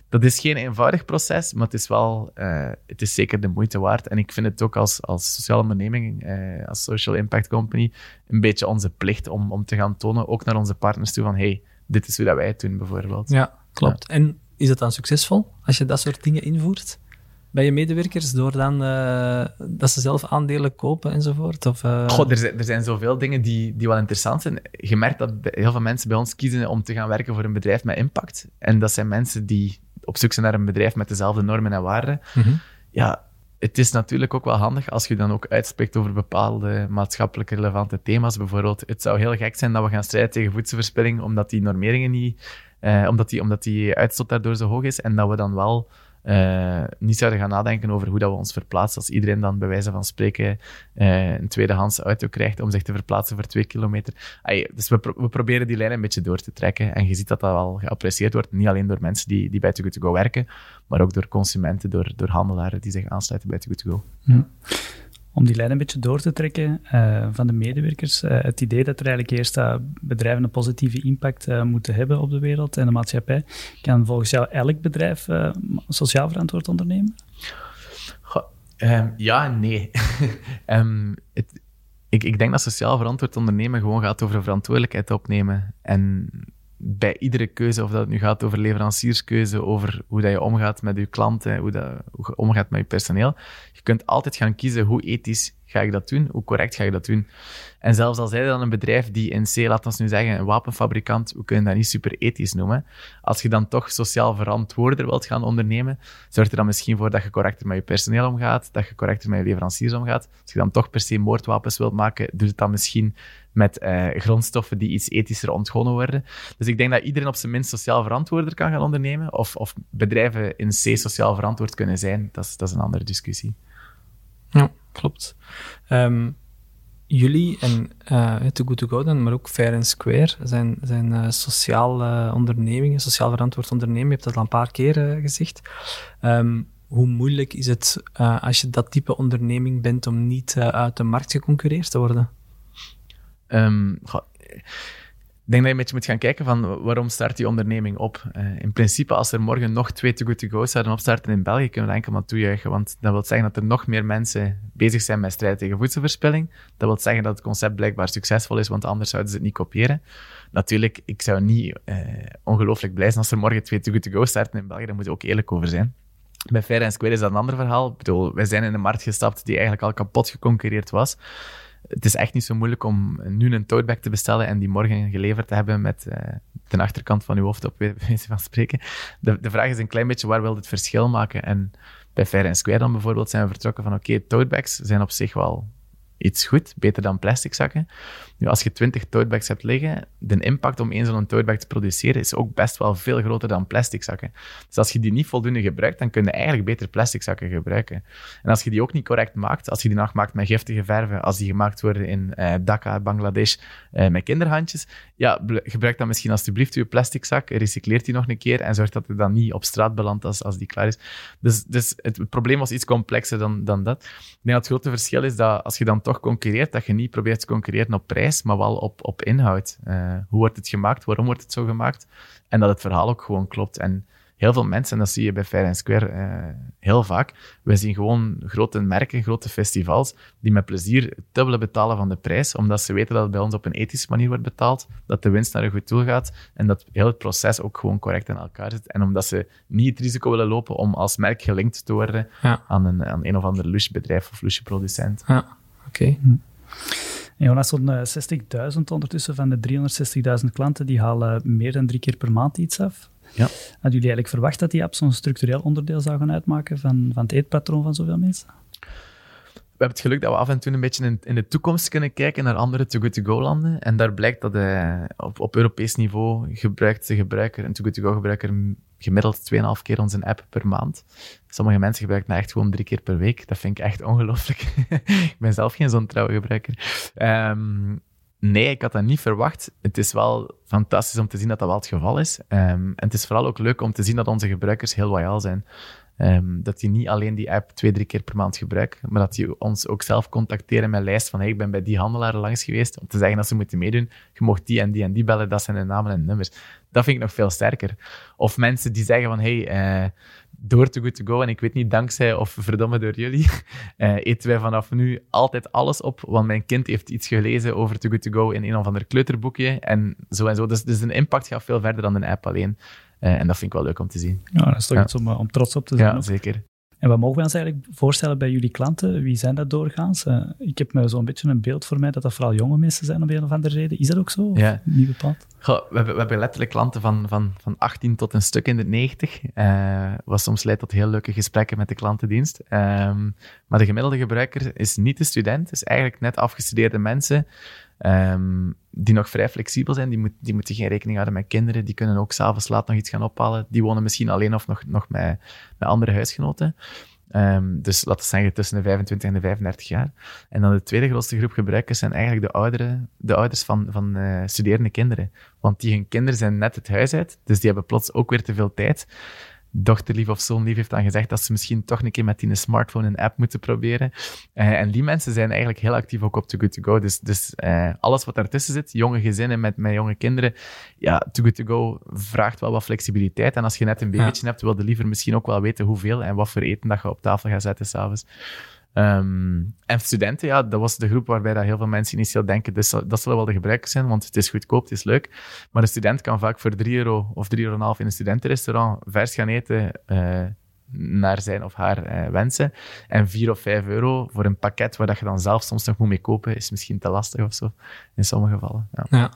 dat is geen eenvoudig proces, maar het is wel, uh, het is zeker de moeite waard. En ik vind het ook als, als sociale onderneming, uh, als social impact company, een beetje onze plicht om, om te gaan tonen, ook naar onze partners toe, van hey, dit is hoe dat wij het doen, bijvoorbeeld.
Ja, klopt. Ja. En is het dan succesvol, als je dat soort dingen invoert bij je medewerkers, door dan uh, dat ze zelf aandelen kopen enzovoort? Of, uh...
Goh, er zijn, er zijn zoveel dingen die, die wel interessant zijn. Je merkt dat heel veel mensen bij ons kiezen om te gaan werken voor een bedrijf met impact. En dat zijn mensen die op zoek zijn naar een bedrijf met dezelfde normen en waarden. Mm-hmm. Ja, het is natuurlijk ook wel handig als je dan ook uitspreekt over bepaalde maatschappelijk relevante thema's. Bijvoorbeeld, het zou heel gek zijn dat we gaan strijden tegen voedselverspilling, omdat die normeringen niet... Uh, omdat, die, omdat die uitstoot daardoor zo hoog is. En dat we dan wel... Uh, niet zouden gaan nadenken over hoe dat we ons verplaatsen. Als iedereen dan bij wijze van spreken uh, een tweedehands auto krijgt om zich te verplaatsen voor twee kilometer. Ay, dus we, pro- we proberen die lijn een beetje door te trekken. En je ziet dat dat wel geapprecieerd wordt. Niet alleen door mensen die, die bij Too Good To Go werken, maar ook door consumenten, door, door handelaren die zich aansluiten bij Too Good To Go.
Hm. Om die lijn een beetje door te trekken uh, van de medewerkers, uh, het idee dat er eigenlijk eerst uh, bedrijven een positieve impact uh, moeten hebben op de wereld en de maatschappij, kan volgens jou elk bedrijf uh, sociaal verantwoord ondernemen?
Goh, um, ja en nee. um, het, ik, ik denk dat sociaal verantwoord ondernemen gewoon gaat over verantwoordelijkheid opnemen. En bij iedere keuze, of dat het nu gaat over leverancierskeuze, over hoe dat je omgaat met je klanten, hoe, dat, hoe je omgaat met je personeel, je kunt altijd gaan kiezen hoe ethisch ga ik dat doen, hoe correct ga ik dat doen. En zelfs al zijn dan een bedrijf die in C, laten we nu zeggen, een wapenfabrikant, we kunnen dat niet super ethisch noemen. Als je dan toch sociaal verantwoorder wilt gaan ondernemen, zorgt er dan misschien voor dat je correcter met je personeel omgaat, dat je correcter met je leveranciers omgaat. Als je dan toch per se moordwapens wilt maken, doe het dan misschien met uh, grondstoffen die iets ethischer ontgonnen worden. Dus ik denk dat iedereen op zijn minst sociaal verantwoorder kan gaan ondernemen, of, of bedrijven in C sociaal verantwoord kunnen zijn. Dat is, dat is een andere discussie.
Ja, klopt. Um, jullie en uh, Too Good To Go dan, maar ook Fair and Square, zijn, zijn uh, sociaal uh, ondernemingen, sociaal verantwoord ondernemen. Je hebt dat al een paar keer uh, gezegd. Um, hoe moeilijk is het uh, als je dat type onderneming bent om niet uh, uit de markt geconcurreerd te worden?
Um, goh, ik denk dat je een beetje moet gaan kijken van waarom start die onderneming op. Uh, in principe, als er morgen nog twee Too Good To Go zouden opstarten in België, kunnen we enkel maar toejuichen. Want dat wil zeggen dat er nog meer mensen bezig zijn met strijden tegen voedselverspilling. Dat wil zeggen dat het concept blijkbaar succesvol is, want anders zouden ze het niet kopiëren. Natuurlijk, ik zou niet uh, ongelooflijk blij zijn als er morgen twee Too Good To Go starten in België. Daar moeten we ook eerlijk over zijn. Bij Fair and Square is dat een ander verhaal. Ik bedoel, wij zijn in een markt gestapt die eigenlijk al kapot geconcurreerd was. Het is echt niet zo moeilijk om nu een tote bag te bestellen en die morgen geleverd te hebben met uh, de achterkant van uw hoofd op wijze van spreken. De, de vraag is een klein beetje, waar wil het verschil maken? En bij Fair and Square dan bijvoorbeeld zijn we vertrokken van oké, okay, tote bags zijn op zich wel iets goed, beter dan plastic zakken. Nu, als je twintig tote bags hebt liggen, de impact om één zo'n tote bag te produceren is ook best wel veel groter dan plastic zakken. Dus als je die niet voldoende gebruikt, dan kun je eigenlijk beter plastic zakken gebruiken. En als je die ook niet correct maakt, als je die nog maakt met giftige verven, als die gemaakt worden in uh, Dhaka, Bangladesh, uh, met kinderhandjes, ja, gebruik dan misschien alsjeblieft je plastic zak, recycleert die nog een keer en zorg dat het dan niet op straat belandt als, als die klaar is. Dus, dus het, het probleem was iets complexer dan, dan dat. Ik denk dat het grote verschil is dat als je dan toch concurreert, dat je niet probeert te concurreren op prijs, maar wel op, op inhoud. Uh, hoe wordt het gemaakt? Waarom wordt het zo gemaakt? En dat het verhaal ook gewoon klopt. En heel veel mensen, en dat zie je bij Fair and Square uh, heel vaak, wij zien gewoon grote merken, grote festivals, die met plezier het dubbele betalen van de prijs, omdat ze weten dat het bij ons op een ethische manier wordt betaald, dat de winst naar een goed doel gaat, en dat heel het proces ook gewoon correct in elkaar zit. En omdat ze niet het risico willen lopen om als merk gelinkt te worden ja. aan, een, aan een of ander louche-bedrijf of louche-producent.
Ja, oké. Okay.
Hm. Jonas, zo'n zestigduizend ondertussen van de driehonderdzestigduizend klanten, die halen meer dan drie keer per maand iets af.
Ja.
Hadden jullie eigenlijk verwacht dat die app zo'n structureel onderdeel zou gaan uitmaken van, van het eetpatroon van zoveel mensen?
We hebben het geluk dat we af en toe een beetje in, in de toekomst kunnen kijken naar andere Too Good To Go landen. En daar blijkt dat uh, op, op Europees niveau gebruikt de gebruiker, een Too Good To Go gebruiker, gemiddeld twee en een half keer onze app per maand. Sommige mensen gebruiken het echt gewoon drie keer per week. Dat vind ik echt ongelooflijk. Ik ben zelf geen zo'n trouwe gebruiker. Um, nee, ik had dat niet verwacht. Het is wel fantastisch om te zien dat dat wel het geval is. Um, en het is vooral ook leuk om te zien dat onze gebruikers heel loyaal zijn. Um, dat die niet alleen die app twee, drie keer per maand gebruiken, maar dat die ons ook zelf contacteren met een lijst van hey, ik ben bij die handelaar langs geweest, om te zeggen dat ze moeten meedoen. Je mocht die en die en die bellen, dat zijn de namen en nummers. Dat vind ik nog veel sterker. Of mensen die zeggen van hey, uh, door Too Good To Go, en ik weet niet, dankzij of verdomme door jullie, uh, eten wij vanaf nu altijd alles op, want mijn kind heeft iets gelezen over Too Good To Go in een of ander kleuterboekje, en zo en zo. Dus, dus een impact gaat veel verder dan een app alleen. Uh, en dat vind ik wel leuk om te zien.
Ja, dat is toch
ja.
iets om, om trots op te zijn.
Ja,
ook.
zeker.
En wat mogen we ons eigenlijk voorstellen bij jullie klanten? Wie zijn dat doorgaans? Uh, ik heb me zo'n beetje een beeld voor mij dat dat vooral jonge mensen zijn om een of andere reden. Is dat ook zo? Of
Ja.
Niet bepaald?
Goh, we, hebben, we hebben letterlijk klanten van, van, van achttien tot een stuk in de negentig. Uh, wat soms leidt tot heel leuke gesprekken met de klantendienst. Um, maar de gemiddelde gebruiker is niet de student. is eigenlijk net afgestudeerde mensen um, die nog vrij flexibel zijn. Die, moet, die moeten geen rekening houden met kinderen. Die kunnen ook 's avonds laat nog iets gaan ophalen. Die wonen misschien alleen of nog, nog met, met andere huisgenoten. Um, dus laten we zeggen tussen de vijfentwintig en de vijfendertig jaar. En dan de tweede grootste groep gebruikers zijn eigenlijk de, ouderen, de ouders van, van uh, studerende kinderen. Want die hun kinderen zijn net het huis uit, dus die hebben plots ook weer te veel tijd. Dochterlief of zoonlief heeft dan gezegd dat ze misschien toch een keer met die smartphone een app moeten proberen. Uh, en die mensen zijn eigenlijk heel actief ook op Too Good To Go. Dus, dus uh, alles wat daartussen zit, jonge gezinnen met, met jonge kinderen, ja, Too Good To Go vraagt wel wat flexibiliteit. En als je net een babytje ja. hebt, wil je liever misschien ook wel weten hoeveel en wat voor eten dat je op tafel gaat zetten s'avonds. Um, en studenten, ja, dat was de groep waarbij dat heel veel mensen initieel denken, dus dat zullen wel de gebruikers zijn, want het is goedkoop, het is leuk. Maar een student kan vaak voor drie euro of drie euro en een half in een studentenrestaurant vers gaan eten uh, naar zijn of haar uh, wensen. En vier of vijf euro voor een pakket waar dat je dan zelf soms nog moet mee kopen, is misschien te lastig of zo, in sommige gevallen. Ja.
ja.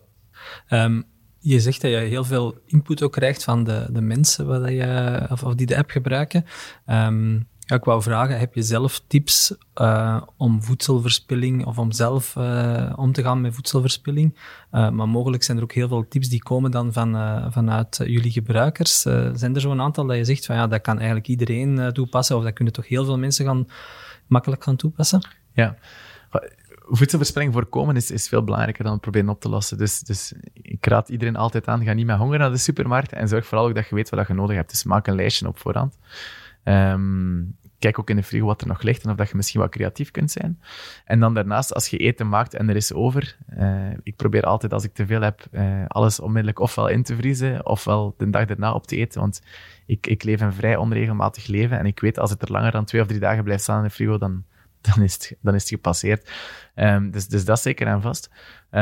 Um, je zegt dat je heel veel input ook krijgt van de, de mensen wat je, of, of die de app gebruiken. Um, Ja, ik wou vragen, heb je zelf tips uh, om voedselverspilling of om zelf uh, om te gaan met voedselverspilling? Uh, maar mogelijk zijn er ook heel veel tips die komen dan van, uh, vanuit uh, jullie gebruikers. Uh, zijn er zo'n aantal dat je zegt van ja, dat kan eigenlijk iedereen uh, toepassen of dat kunnen toch heel veel mensen gaan, makkelijk gaan toepassen?
Ja. Voedselverspilling voorkomen is, is veel belangrijker dan het proberen op te lossen. Dus, dus ik raad iedereen altijd aan, ga niet met honger naar de supermarkt en zorg vooral ook dat je weet wat je nodig hebt. Dus maak een lijstje op voorhand. Um, kijk ook in de frigo wat er nog ligt en of dat je misschien wat creatief kunt zijn. En dan daarnaast, als je eten maakt en er is over, uh, ik probeer altijd, als ik te veel heb, uh, alles onmiddellijk ofwel in te vriezen, ofwel de dag daarna op te eten, want ik, ik leef een vrij onregelmatig leven en ik weet, als het er langer dan twee of drie dagen blijft staan in de frigo, dan, dan, is, het, dan is het gepasseerd. Um, dus, dus dat zeker en vast.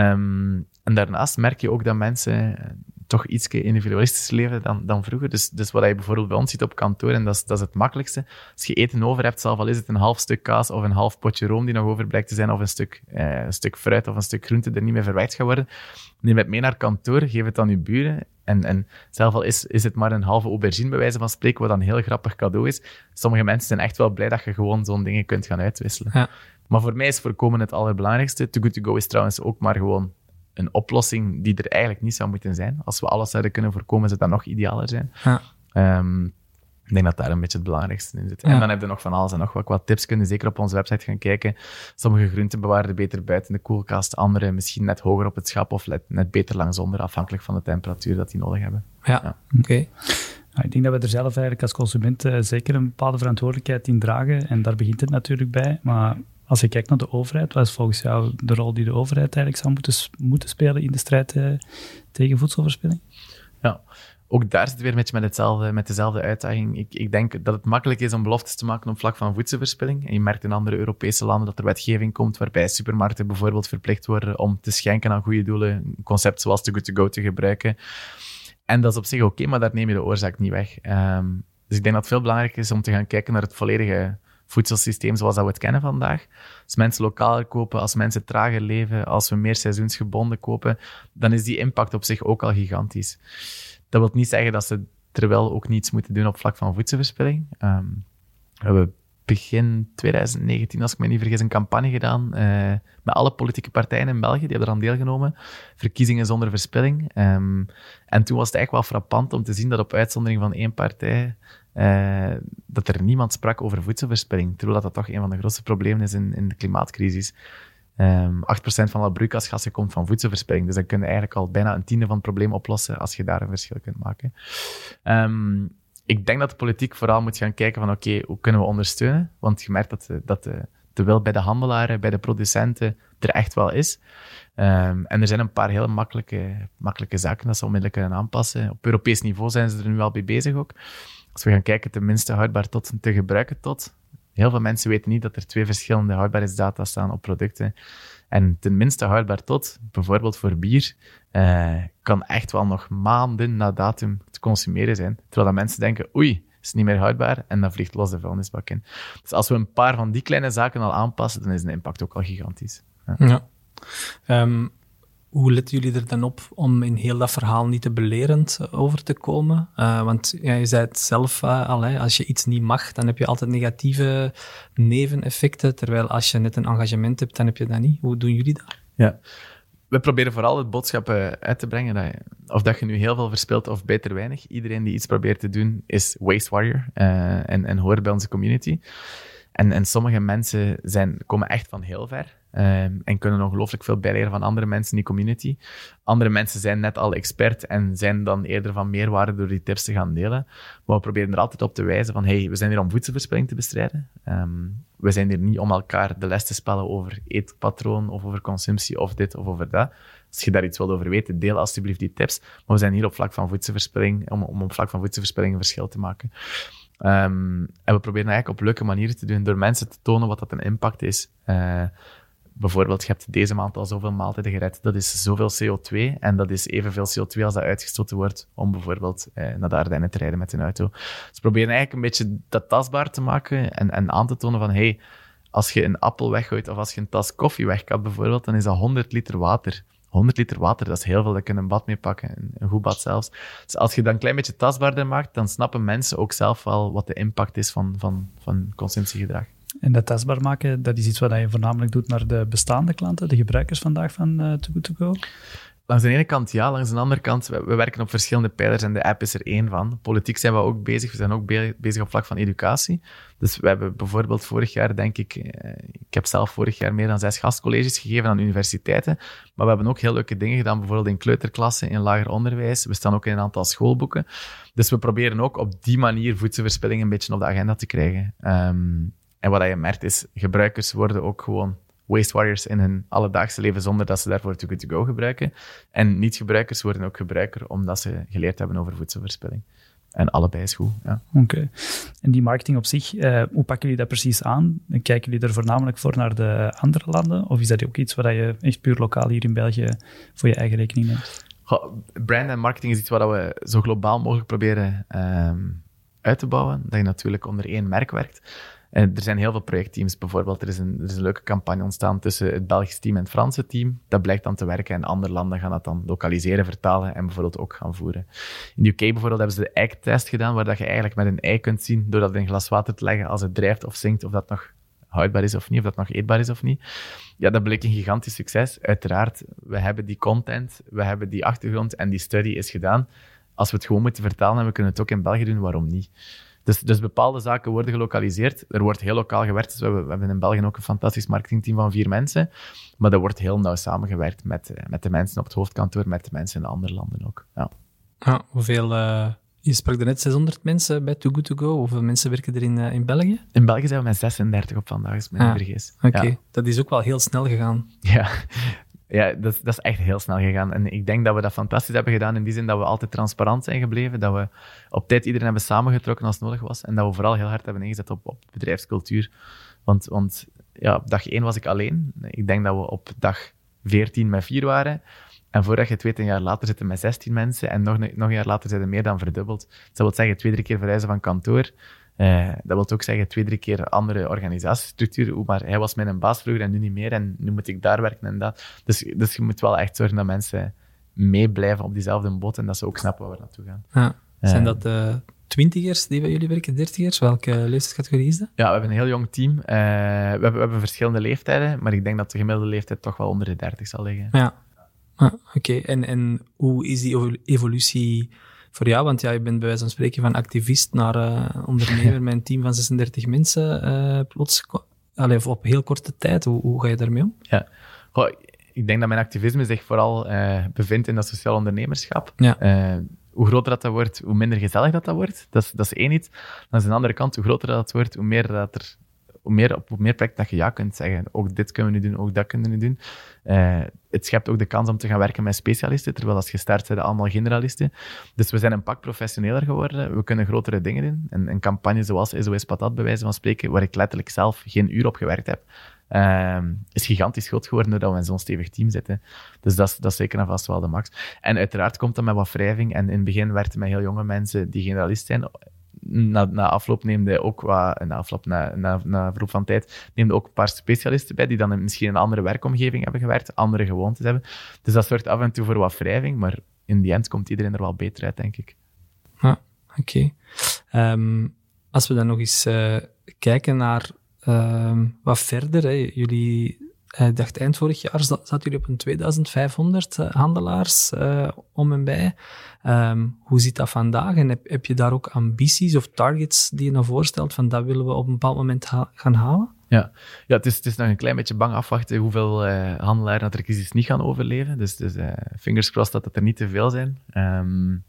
Um, en daarnaast merk je ook dat mensen toch iets individualistischer leven dan, dan vroeger. Dus, dus wat je bijvoorbeeld bij ons ziet op kantoor, en dat is, dat is het makkelijkste, als je eten over hebt, zelfs al is het een half stuk kaas of een half potje room die nog over blijkt te zijn, of een stuk, eh, een stuk fruit of een stuk groente er niet meer verwerkt gaat worden, neem het mee naar kantoor, geef het aan je buren, en, en zelfs al is, is het maar een halve aubergine bij wijze van spreken, wat dan een heel grappig cadeau is, sommige mensen zijn echt wel blij dat je gewoon zo'n dingen kunt gaan uitwisselen. Ja. Maar voor mij is voorkomen het allerbelangrijkste. Too Good To Go is trouwens ook maar gewoon een oplossing die er eigenlijk niet zou moeten zijn. Als we alles zouden kunnen voorkomen, zou dat nog idealer zijn. Ja. Um, ik denk dat daar een beetje het belangrijkste in zit. Ja. En dan heb je nog van alles en nog wat, wat tips. Kunnen zeker op onze website gaan kijken. Sommige groenten bewaren beter buiten de koelkast. Andere misschien net hoger op het schap of net beter langsonder, afhankelijk van de temperatuur dat die nodig hebben.
Ja, ja. Oké. Okay.
Nou, ik denk dat we er zelf eigenlijk als consument uh, zeker een bepaalde verantwoordelijkheid in dragen. En daar begint het natuurlijk bij. Maar als je kijkt naar de overheid, wat is volgens jou de rol die de overheid eigenlijk zou moeten, moeten spelen in de strijd uh, tegen voedselverspilling?
Ja, ook daar zit het weer een beetje met, hetzelfde, met dezelfde uitdaging. Ik, ik denk dat het makkelijk is om beloftes te maken op vlak van voedselverspilling. En je merkt in andere Europese landen dat er wetgeving komt waarbij supermarkten bijvoorbeeld verplicht worden om te schenken aan goede doelen, een concept zoals Too Good To Go te gebruiken. En dat is op zich oké, okay, maar daar neem je de oorzaak niet weg. Um, dus ik denk dat het veel belangrijker is om te gaan kijken naar het volledige voedselsysteem zoals dat we het kennen vandaag. Als mensen lokaler kopen, als mensen trager leven, als we meer seizoensgebonden kopen, dan is die impact op zich ook al gigantisch. Dat wil niet zeggen dat ze terwijl ook niets moeten doen op vlak van voedselverspilling. Um, we hebben begin twintig negentien, als ik me niet vergis, een campagne gedaan uh, met alle politieke partijen in België. Die hebben eraan deelgenomen. Verkiezingen zonder verspilling. Um, en toen was het eigenlijk wel frappant om te zien dat op uitzondering van één partij Uh, dat er niemand sprak over voedselverspilling, terwijl dat, dat toch een van de grootste problemen is in, in de klimaatcrisis. Um, acht procent van alle broeikasgassen komt van voedselverspilling, dus dan kun je eigenlijk al bijna een tiende van het probleem oplossen als je daar een verschil kunt maken. Um, ik denk dat de politiek vooral moet gaan kijken van oké, okay, hoe kunnen we ondersteunen? Want je merkt dat de, dat de, de wil bij de handelaren, bij de producenten er echt wel is. Um, en er zijn een paar hele makkelijke, makkelijke zaken dat ze onmiddellijk kunnen aanpassen. Op Europees niveau zijn ze er nu al mee bezig ook. Als we gaan kijken, tenminste houdbaar tot te gebruiken tot. Heel veel mensen weten niet dat er twee verschillende houdbaarheidsdata staan op producten. En tenminste houdbaar tot, bijvoorbeeld voor bier, uh, kan echt wel nog maanden na datum te consumeren zijn. Terwijl dat mensen denken, oei, is niet meer houdbaar, en dan vliegt los de vuilnisbak in. Dus als we een paar van die kleine zaken al aanpassen, dan is de impact ook al gigantisch. Ja.
Ja. Um, hoe letten jullie er dan op om in heel dat verhaal niet te belerend over te komen? Uh, want ja, je zei het zelf uh, al, hè, als je iets niet mag, dan heb je altijd negatieve neveneffecten, terwijl als je net een engagement hebt, dan heb je dat niet. Hoe doen jullie dat?
Ja. We proberen vooral het boodschap uit te brengen, dat je, of dat je nu heel veel verspilt of beter weinig. Iedereen die iets probeert te doen, is waste warrior uh, en, en hoort bij onze community. En, en sommige mensen zijn, komen echt van heel ver uh, en kunnen ongelooflijk veel bijleren van andere mensen in die community. Andere mensen zijn net al expert en zijn dan eerder van meerwaarde door die tips te gaan delen. Maar we proberen er altijd op te wijzen van hey, we zijn hier om voedselverspilling te bestrijden. Um, we zijn hier niet om elkaar de les te spellen over eetpatroon of over consumptie of dit of over dat. Als je daar iets wilt over weten, deel alsjeblieft die tips. Maar we zijn hier op vlak van voedselverspilling, om, om op vlak van voedselverspilling een verschil te maken. Um, en we proberen eigenlijk op leuke manieren te doen door mensen te tonen wat dat een impact is. Uh, bijvoorbeeld, je hebt deze maand al zoveel maaltijden gered. Dat is zoveel C O twee en dat is evenveel C O twee als dat uitgestoten wordt om bijvoorbeeld uh, naar de Ardennen te rijden met een auto. Dus we proberen eigenlijk een beetje dat tastbaar te maken en, en aan te tonen van hey, als je een appel weggooit of als je een tas koffie wegkapt bijvoorbeeld, dan is dat honderd liter water. honderd liter water, dat is heel veel, daar kun je een bad mee pakken, een goed bad zelfs. Dus als je dat een klein beetje tastbaarder maakt, dan snappen mensen ook zelf wel wat de impact is van, van, van consumptiegedrag.
En dat tastbaar maken, dat is iets wat je voornamelijk doet naar de bestaande klanten, de gebruikers vandaag van uh, Too Good To Go?
Langs de ene kant ja, langs de andere kant, we, we werken op verschillende pijlers en de app is er één van. Politiek zijn we ook bezig, we zijn ook be- bezig op vlak van educatie. Dus we hebben bijvoorbeeld vorig jaar, denk ik, eh, ik heb zelf vorig jaar meer dan zes gastcolleges gegeven aan universiteiten, maar we hebben ook heel leuke dingen gedaan, bijvoorbeeld in kleuterklassen, in lager onderwijs. We staan ook in een aantal schoolboeken. Dus we proberen ook op die manier voedselverspilling een beetje op de agenda te krijgen. Um, en wat je merkt is, gebruikers worden ook gewoon waste warriors in hun alledaagse leven zonder dat ze daarvoor Too Good To Go gebruiken. En niet-gebruikers worden ook gebruiker omdat ze geleerd hebben over voedselverspilling. En allebei is goed, ja.
Oké. Okay. En die marketing op zich, uh, hoe pakken jullie dat precies aan? En kijken jullie er voornamelijk voor naar de andere landen? Of is dat ook iets waar je echt puur lokaal hier in België voor je eigen rekening neemt?
Goh, brand en marketing is iets wat we zo globaal mogelijk proberen um, uit te bouwen. Dat je natuurlijk onder één merk werkt. En er zijn heel veel projectteams. Bijvoorbeeld, er is, een, er is een leuke campagne ontstaan tussen het Belgisch team en het Franse team. Dat blijkt dan te werken en andere landen gaan dat dan lokaliseren, vertalen en bijvoorbeeld ook gaan voeren. In de U K bijvoorbeeld hebben ze de eik-test gedaan, waar dat je eigenlijk met een ei kunt zien, door dat in een glas water te leggen, als het drijft of zinkt, of dat nog houdbaar is of niet, of dat nog eetbaar is of niet. Ja, dat bleek een gigantisch succes. Uiteraard, we hebben die content, we hebben die achtergrond en die studie is gedaan. Als we het gewoon moeten vertalen en we kunnen het ook in België doen, waarom niet? Dus, dus bepaalde zaken worden gelokaliseerd. Er wordt heel lokaal gewerkt. Dus we, hebben, we hebben in België ook een fantastisch marketingteam van vier mensen. Maar er wordt heel nauw samengewerkt met, met de mensen op het hoofdkantoor, met de mensen in andere landen ook. Ja.
Ah, hoeveel... Uh... Je sprak er net zeshonderd mensen bij Too Good To Go. Hoeveel mensen werken er in, uh, in België?
In België zijn we met zesendertig op vandaag, als ik me niet vergis.
Oké, okay.
Ja.
Dat is ook wel heel snel gegaan.
Ja, ja dat, is, dat is echt heel snel gegaan. En ik denk dat we dat fantastisch hebben gedaan in die zin dat we altijd transparant zijn gebleven, dat we op tijd iedereen hebben samengetrokken als het nodig was en dat we vooral heel hard hebben ingezet op, op bedrijfscultuur. Want, want ja, op dag één was ik alleen. Ik denk dat we op dag veertien met vier waren. En voordat je het weet, een jaar later zitten we met zestien mensen en nog, nog een jaar later zijn er meer dan verdubbeld. Dat wil zeggen, twee, drie keer verhuizen van kantoor. Uh, dat wil ook zeggen, twee, drie keer andere organisatiestructuur. Maar hij was mijn baas vroeger en nu niet meer en nu moet ik daar werken en dat. Dus, dus je moet wel echt zorgen dat mensen meeblijven op diezelfde boot en dat ze ook snappen waar we naartoe gaan.
Ja. Zijn dat de uh, twintigers die bij jullie werken, dertigers? Welke leeftijdscategorie is dat?
Ja, we hebben een heel jong team. Uh, we, hebben, we hebben verschillende leeftijden, maar ik denk dat de gemiddelde leeftijd toch wel onder de dertig zal liggen.
Ja. Ah, Oké, okay. en, en hoe is die evolutie voor jou? Want ja, je bent bij wijze van spreken van activist naar uh, ondernemer met een team van zesendertig mensen uh, plots, allee, op heel korte tijd. Hoe, hoe ga je daarmee om?
Ja, Goh, ik denk dat mijn activisme zich vooral uh, bevindt in dat sociaal ondernemerschap.
Ja.
Uh, hoe groter dat, dat wordt, hoe minder gezellig dat, dat wordt. Dat is, dat is één iets. Dan is aan de andere kant, hoe groter dat wordt, hoe meer dat er... Hoe meer, op hoe meer projecten dat je ja kunt zeggen. Ook dit kunnen we nu doen, ook dat kunnen we nu doen. Uh, het schept ook de kans om te gaan werken met specialisten, terwijl als je start zijn allemaal generalisten. Dus we zijn een pak professioneler geworden. We kunnen grotere dingen doen. En een campagne zoals S O S Patat, bij wijze van spreken, waar ik letterlijk zelf geen uur op gewerkt heb, uh, is gigantisch groot geworden doordat we in zo'n stevig team zitten. Dus dat is, dat is zeker en vast wel de max. En uiteraard komt dat met wat wrijving. En in het begin werkten met heel jonge mensen die generalist zijn. Na, na afloop neemde ook wat, na afloop, na, na, na verloop van tijd, neemde ook een paar specialisten bij, die dan in, misschien in een andere werkomgeving hebben gewerkt, andere gewoontes hebben. Dus dat zorgt af en toe voor wat wrijving, maar in die end komt iedereen er wel beter uit, denk ik.
Ah, oké. Okay. Um, als we dan nog eens uh, kijken naar uh, wat verder, hè. Jullie... Ik dacht, eind vorig jaar zaten jullie op een tweeduizend vijfhonderd uh, handelaars uh, om en bij. Um, hoe zit dat vandaag? En heb, heb je daar ook ambities of targets die je nou voorstelt van dat willen we op een bepaald moment ha- gaan halen?
Ja, ja het, is, het is nog een klein beetje bang afwachten hoeveel uh, handelaren dat de crisis niet gaan overleven. Dus, dus uh, fingers crossed dat het er niet te veel zijn. Um,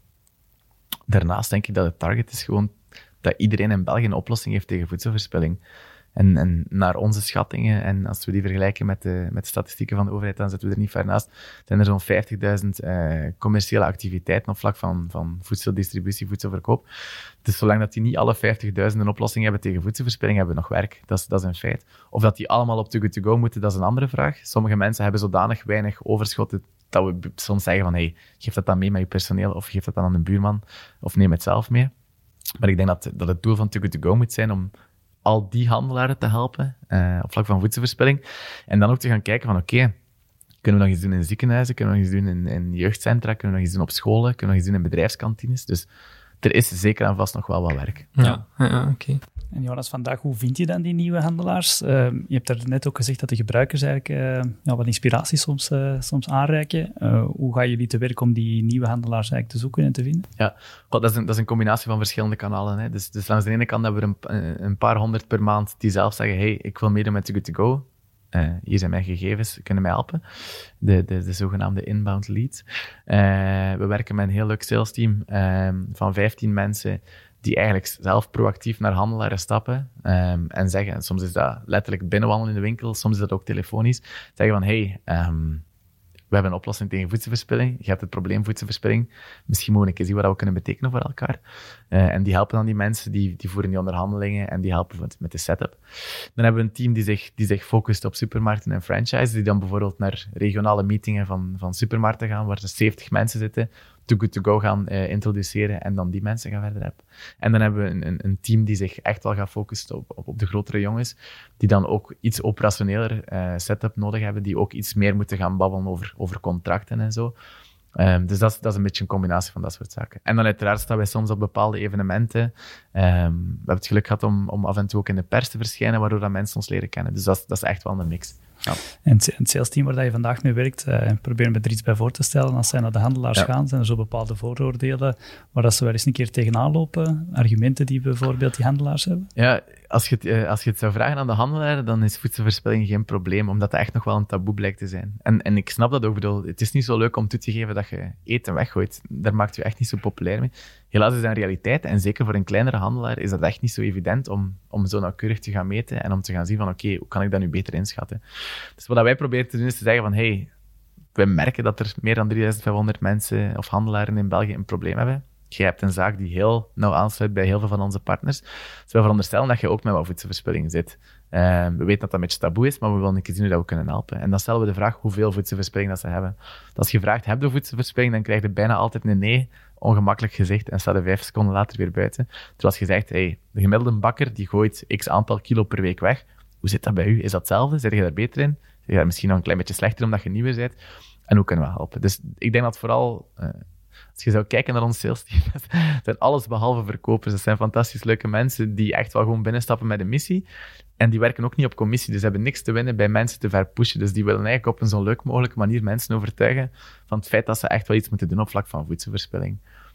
daarnaast denk ik dat het target is gewoon dat iedereen in België een oplossing heeft tegen voedselverspilling. En, en naar onze schattingen, en als we die vergelijken met de, met de statistieken van de overheid, dan zitten we er niet ver naast, zijn er zo'n vijftigduizend uh, commerciële activiteiten op vlak van, van voedseldistributie, voedselverkoop. Dus zolang dat die niet alle vijftigduizend een oplossing hebben tegen voedselverspilling, hebben we nog werk. Dat is, dat is een feit. Of dat die allemaal op Too Good To Go moeten, dat is een andere vraag. Sommige mensen hebben zodanig weinig overschot dat we soms zeggen van, hey, geef dat dan mee met je personeel, of geef dat dan aan een buurman, of neem het zelf mee. Maar ik denk dat, dat het doel van Too Good To Go moet zijn om al die handelaren te helpen uh, op vlak van voedselverspilling. En dan ook te gaan kijken van oké, okay, kunnen we nog iets doen in ziekenhuizen, kunnen we nog iets doen in, in jeugdcentra, kunnen we nog iets doen op scholen, kunnen we nog iets doen in bedrijfskantines. Dus er is zeker en vast nog wel wat werk.
Ja, ja, ja oké. Okay.
En Jonas, vandaag, hoe vind je dan die nieuwe handelaars? Uh, je hebt er net ook gezegd dat de gebruikers eigenlijk uh, ja, wat inspiratie soms, uh, soms aanreiken. Uh, hoe gaan jullie te werk om die nieuwe handelaars eigenlijk te zoeken en te vinden?
Ja, God, dat, is een, dat is een combinatie van verschillende kanalen. Hè. Dus, dus langs de ene kant hebben we een, een paar honderd per maand die zelf zeggen, hey, ik wil meedoen met Too Good To Go. Uh, hier zijn mijn gegevens, kunnen mij helpen. De, de, de zogenaamde inbound leads. Uh, we werken met een heel leuk sales team uh, van vijftien mensen die eigenlijk zelf proactief naar handelaren stappen um, en zeggen, en soms is dat letterlijk binnenwandelen in de winkel, soms is dat ook telefonisch, zeggen van, hey, um, we hebben een oplossing tegen voedselverspilling, je hebt het probleem voedselverspilling, misschien moeten we eens zien wat we kunnen betekenen voor elkaar. Uh, en die helpen dan die mensen, die, die voeren die onderhandelingen en die helpen met, met de setup. Dan hebben we een team die zich, die zich focust op supermarkten en franchises, die dan bijvoorbeeld naar regionale meetingen van, van supermarkten gaan, waar er zeventig mensen zitten, Too Good To Go gaan uh, introduceren en dan die mensen gaan verder hebben. En dan hebben we een, een, een team die zich echt wel gaat focussen op, op, op de grotere jongens, die dan ook iets operationeler uh, setup nodig hebben, die ook iets meer moeten gaan babbelen over, over contracten en zo. Um, dus dat is, dat is een beetje een combinatie van dat soort zaken. En dan uiteraard staan wij soms op bepaalde evenementen. Um, we hebben het geluk gehad om, om af en toe ook in de pers te verschijnen, waardoor dat mensen ons leren kennen. Dus dat is, dat is echt wel een mix. Ja.
En het sales team waar je vandaag mee werkt, uh, probeer me er iets bij voor te stellen. Als zij naar de handelaars ja. gaan, zijn er zo bepaalde vooroordelen waar dat ze wel eens een keer tegenaan lopen? Argumenten die bijvoorbeeld die handelaars hebben?
Ja, als je, het, uh, als je het zou vragen aan de handelaren, dan is voedselverspilling geen probleem, omdat dat echt nog wel een taboe blijkt te zijn. En, en ik snap dat ook. Bedoel, het is niet zo leuk om toe te geven dat je eten weggooit. Daar maakt je echt niet zo populair mee. Helaas is dat een realiteit, en zeker voor een kleinere handelaar is dat echt niet zo evident om, om zo nauwkeurig te gaan meten en om te gaan zien van oké, okay, hoe kan ik dat nu beter inschatten? Dus wat wij proberen te doen is te zeggen van hey, we merken dat er meer dan drieduizend vijfhonderd mensen of handelaren in België een probleem hebben. Je hebt een zaak die heel nauw aansluit bij heel veel van onze partners. Dus we veronderstellen dat je ook met wat voedselverspilling zit. Uh, we weten dat dat een beetje taboe is, maar we willen een keer zien hoe dat we kunnen helpen. En dan stellen we de vraag hoeveel voedselverspilling dat ze hebben. Dus als je vraagt, heb je voedselverspilling, dan krijg je bijna altijd een nee, ongemakkelijk gezegd, en staat er vijf seconden later weer buiten. Terwijl als je zegt, hey, de gemiddelde bakker die gooit x aantal kilo per week weg, hoe zit dat bij u? Is dat hetzelfde? Zit je daar beter in? Zit je daar misschien nog een klein beetje slechter omdat je nieuwer bent? En hoe kunnen we helpen? Dus ik denk dat vooral... Uh, Als je zou kijken naar ons sales team, het zijn alles behalve verkopers. Dat zijn fantastisch leuke mensen die echt wel gewoon binnenstappen met een missie. En die werken ook niet op commissie, dus ze hebben niks te winnen bij mensen te ver pushen. Dus die willen eigenlijk op een zo leuk mogelijke manier mensen overtuigen van het feit dat ze echt wel iets moeten doen op vlak van voedselverspilling.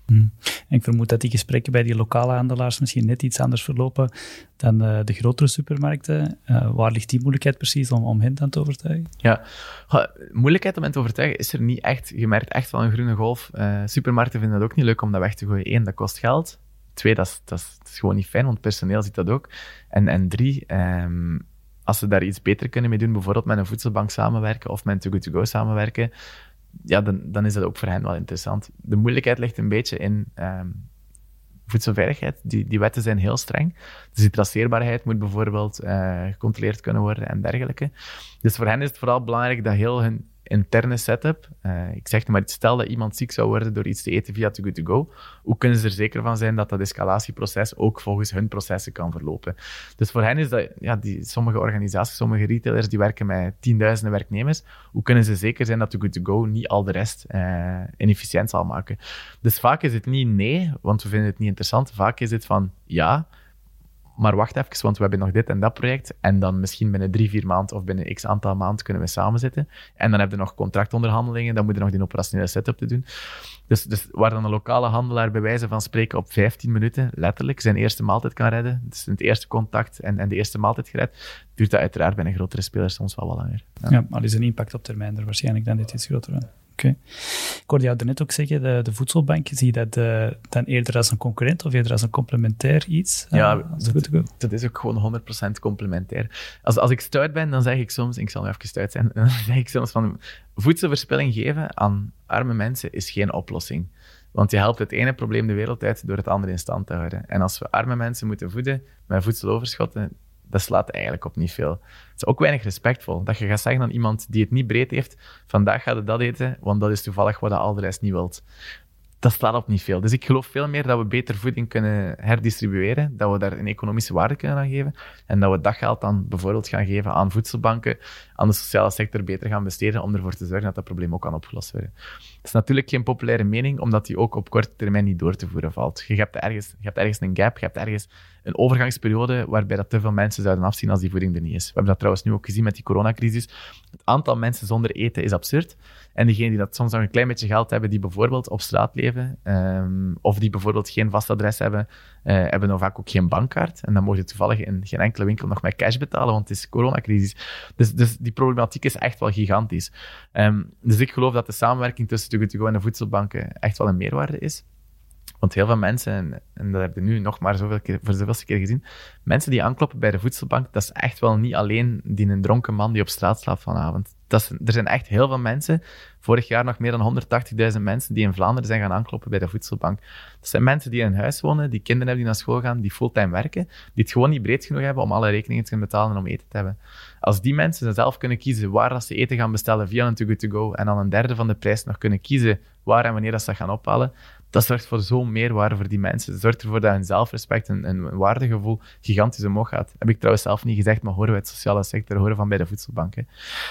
Mm. En ik vermoed dat die gesprekken bij die lokale handelaars misschien net iets anders verlopen dan uh, de grotere supermarkten. Uh, waar ligt die moeilijkheid precies om, om hen dan te overtuigen?
Ja, moeilijkheid om hen te overtuigen is er niet echt. Je merkt echt wel een groene golf. Uh, supermarkten vinden het ook niet leuk om dat weg te gooien. Eén, dat kost geld. Twee, dat is, dat is, dat is gewoon niet fijn, want personeel ziet dat ook. En, en drie, um, als ze daar iets beter kunnen mee doen, bijvoorbeeld met een voedselbank samenwerken of met een Too Good To Go samenwerken, ja, dan, dan is dat ook voor hen wel interessant. De moeilijkheid ligt een beetje in um, voedselveiligheid. Die, die wetten zijn heel streng. Dus die traceerbaarheid moet bijvoorbeeld uh, gecontroleerd kunnen worden en dergelijke. Dus voor hen is het vooral belangrijk dat heel hun interne setup, uh, ik zeg maar, stel dat iemand ziek zou worden door iets te eten via Too Good To Go, hoe kunnen ze er zeker van zijn dat dat escalatieproces ook volgens hun processen kan verlopen? Dus voor hen is dat, ja, die, sommige organisaties, sommige retailers, die werken met tienduizenden werknemers, hoe kunnen ze zeker zijn dat Too Good To Go niet al de rest uh, inefficiënt zal maken? Dus vaak is het niet nee, want we vinden het niet interessant. Vaak is het van ja, maar wacht even, want we hebben nog dit en dat project. En dan misschien binnen drie, vier maanden of binnen x aantal maanden kunnen we samen zitten. En dan heb je nog contractonderhandelingen, dan moet je nog die operationele setup te doen. Dus, dus waar dan een lokale handelaar bij wijze van spreken op vijftien minuten, letterlijk, zijn eerste maaltijd kan redden, dus het eerste contact en, en de eerste maaltijd gered, duurt dat uiteraard bij een grotere speler soms wel wat langer.
Ja, ja, maar is een impact op termijn er waarschijnlijk dan dit iets groter van. Oké. Okay. Ik hoorde jou net ook zeggen, de, de voedselbank, zie je dat uh, dan eerder als een concurrent of eerder als een complementair iets? Uh,
ja, dat, dat is ook gewoon honderd procent complementair. Als, als ik stout ben, dan zeg ik soms, ik zal nu even stout zijn, dan zeg ik soms van, voedselverspilling geven aan arme mensen is geen oplossing. Want je helpt het ene probleem de wereld uit door het andere in stand te houden. En als we arme mensen moeten voeden met voedseloverschotten, dat slaat eigenlijk op niet veel. Het is ook weinig respectvol. Dat je gaat zeggen aan iemand die het niet breed heeft, vandaag gaat je dat eten, want dat is toevallig wat de al de rest niet wilt. Dat slaat op niet veel. Dus ik geloof veel meer dat we beter voeding kunnen herdistribueren, dat we daar een economische waarde kunnen aan geven, en dat we dat geld dan bijvoorbeeld gaan geven aan voedselbanken, aan de sociale sector beter gaan besteden, om ervoor te zorgen dat dat probleem ook kan opgelost worden. Het is natuurlijk geen populaire mening, omdat die ook op korte termijn niet door te voeren valt. Je hebt ergens, je hebt ergens een gap, je hebt ergens een overgangsperiode waarbij dat te veel mensen zouden afzien als die voeding er niet is. We hebben dat trouwens nu ook gezien met die coronacrisis. Het aantal mensen zonder eten is absurd. En diegenen die dat soms nog een klein beetje geld hebben, die bijvoorbeeld op straat leven, um, of die bijvoorbeeld geen vast adres hebben, uh, hebben dan vaak ook geen bankkaart. En dan mogen je toevallig in geen enkele winkel nog met cash betalen, want het is coronacrisis. Dus, dus die problematiek is echt wel gigantisch. Um, dus ik geloof dat de samenwerking tussen Too Good To Go en de voedselbanken echt wel een meerwaarde is. Want heel veel mensen, en, en dat heb je nu nog maar zoveel keer, voor de zoveelste keer gezien, mensen die aankloppen bij de voedselbank, dat is echt wel niet alleen die een dronken man die op straat slaapt vanavond. Dat is, er zijn echt heel veel mensen, vorig jaar nog meer dan honderdtachtigduizend mensen, die in Vlaanderen zijn gaan aankloppen bij de voedselbank. Dat zijn mensen die in een huis wonen, die kinderen hebben die naar school gaan, die fulltime werken, die het gewoon niet breed genoeg hebben om alle rekeningen te kunnen betalen en om eten te hebben. Als die mensen zelf kunnen kiezen waar dat ze eten gaan bestellen via een Too Good To Go en dan een derde van de prijs nog kunnen kiezen waar en wanneer dat ze dat gaan ophalen, dat zorgt voor zo'n meerwaarde voor die mensen. Dat zorgt ervoor dat hun zelfrespect en een waardegevoel gigantisch omhoog gaat. Heb ik trouwens zelf niet gezegd, maar horen we uit de sociale sector, horen van bij de voedselbanken.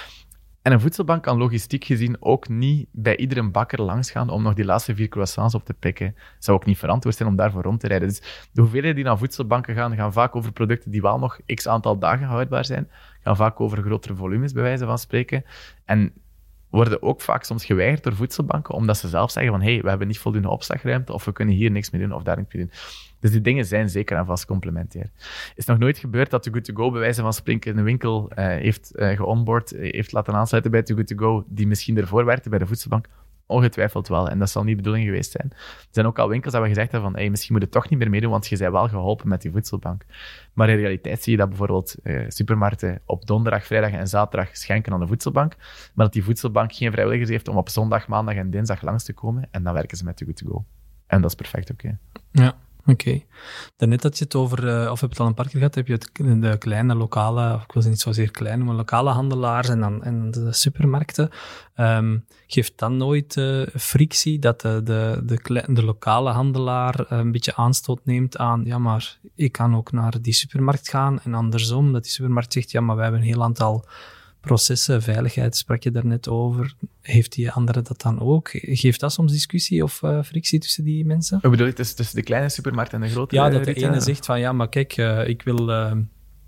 En een voedselbank kan logistiek gezien ook niet bij iedere bakker langsgaan om nog die laatste vier croissants op te pikken. Het zou ook niet verantwoord zijn om daarvoor rond te rijden. Dus de hoeveelheden die naar voedselbanken gaan, gaan vaak over producten die wel nog x aantal dagen houdbaar zijn. Gaan vaak over grotere volumes, bij wijze van spreken. En worden ook vaak soms geweigerd door voedselbanken, omdat ze zelf zeggen van hé, hey, we hebben niet voldoende opslagruimte, of we kunnen hier niks mee doen, of daar niks mee doen. Dus die dingen zijn zeker en vast complementair. is nog nooit gebeurd dat Too Good To Go, bij wijze van spreken, een winkel uh, heeft uh, geonboard, uh, heeft laten aansluiten bij Too Good To Go, die misschien ervoor werkte bij de voedselbank. Ongetwijfeld wel, en dat zal niet de bedoeling geweest zijn. Er zijn ook al winkels dat we gezegd hebben van hey, misschien moet je toch niet meer meedoen, want je bent wel geholpen met die voedselbank. Maar in realiteit zie je dat bijvoorbeeld uh, supermarkten op donderdag, vrijdag en zaterdag schenken aan de voedselbank, maar dat die voedselbank geen vrijwilligers heeft om op zondag, maandag en dinsdag langs te komen, en dan werken ze met Too Good To Go. En dat is perfect oké. Okay.
Ja. Oké. Okay. Daarnet had je het over, uh, of heb je het al een paar keer gehad, heb je het, de kleine lokale, of ik wil ze niet zozeer klein, maar lokale handelaars en dan en de supermarkten. Um, geeft dan nooit uh, frictie dat de, de, de, kleine, de lokale handelaar uh, een beetje aanstoot neemt aan, ja, maar ik kan ook naar die supermarkt gaan, en andersom, dat die supermarkt zegt, ja, maar wij hebben een heel aantal processen, veiligheid sprak je daar net over. Heeft die andere dat dan ook? Geeft dat soms discussie of uh, frictie tussen die mensen?
Wat bedoel je, tussen, tussen de kleine supermarkt en de grote?
Ja, dat de ene zegt van, ja, maar kijk, uh, ik wil... Uh,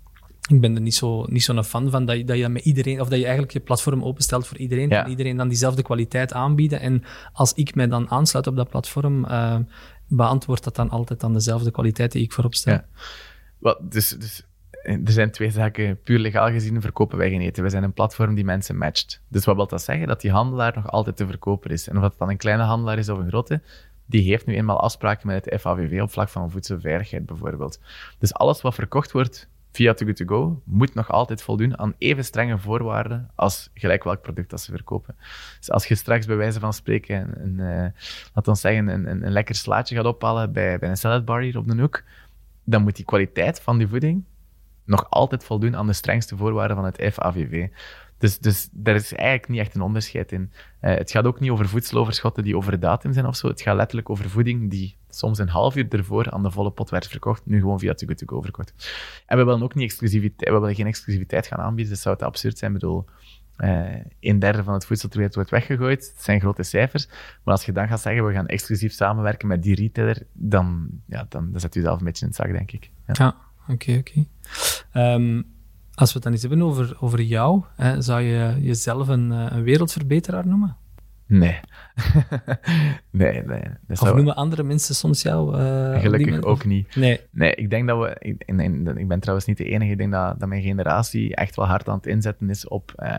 Ik ben er niet zo niet zo'n fan van dat je, dat je met iedereen, of dat je eigenlijk je platform openstelt voor iedereen,
Ja.
en iedereen dan diezelfde kwaliteit aanbieden. En als ik mij dan aansluit op dat platform, uh, beantwoordt dat dan altijd aan dezelfde kwaliteit die ik voorop stel.
Ja. Well, dus, dus er zijn twee zaken. Puur legaal gezien verkopen wij geen eten. Wij zijn een platform die mensen matcht. Dus wat wil dat zeggen? Dat die handelaar nog altijd de verkoper is. En of dat dan een kleine handelaar is of een grote, die heeft nu eenmaal afspraken met het F A V V op vlak van voedselveiligheid bijvoorbeeld. Dus alles wat verkocht wordt via Too Good To Go moet nog altijd voldoen aan even strenge voorwaarden als gelijk welk product dat ze verkopen. Dus als je straks bij wijze van spreken een, een, laat ons zeggen, een, een, een lekker slaatje gaat ophalen bij, bij een saladbar hier op de hoek, dan moet die kwaliteit van die voeding nog altijd voldoen aan de strengste voorwaarden van het F A V V. Dus, dus daar is eigenlijk niet echt een onderscheid in. Uh, het gaat ook niet over voedseloverschotten die over de datum zijn of zo. Het gaat letterlijk over voeding die soms een half uur ervoor aan de volle pot werd verkocht, nu gewoon via Too Good To Go verkocht. En we willen ook niet exclusiviteit, we willen geen exclusiviteit gaan aanbieden, dus zou het absurd zijn. Ik bedoel, uh, een derde van het voedsel ter wereld wordt weggegooid. Het zijn grote cijfers. Maar als je dan gaat zeggen, we gaan exclusief samenwerken met die retailer, dan, ja, dan, dan zet je jezelf een beetje in het zak, denk ik. Ja,
ja oké, okay, oké. Okay. Um, Als we het dan eens hebben over, over jou, hè, zou je jezelf een, een wereldverbeteraar noemen?
Nee. nee, nee.
Of
zou...
noemen andere mensen soms jou? Uh,
Gelukkig ook niet.
Nee.
Nee, ik denk dat we... Ik, en, en, ik ben trouwens niet de enige. Ik denk dat, dat mijn generatie echt wel hard aan het inzetten is op, uh,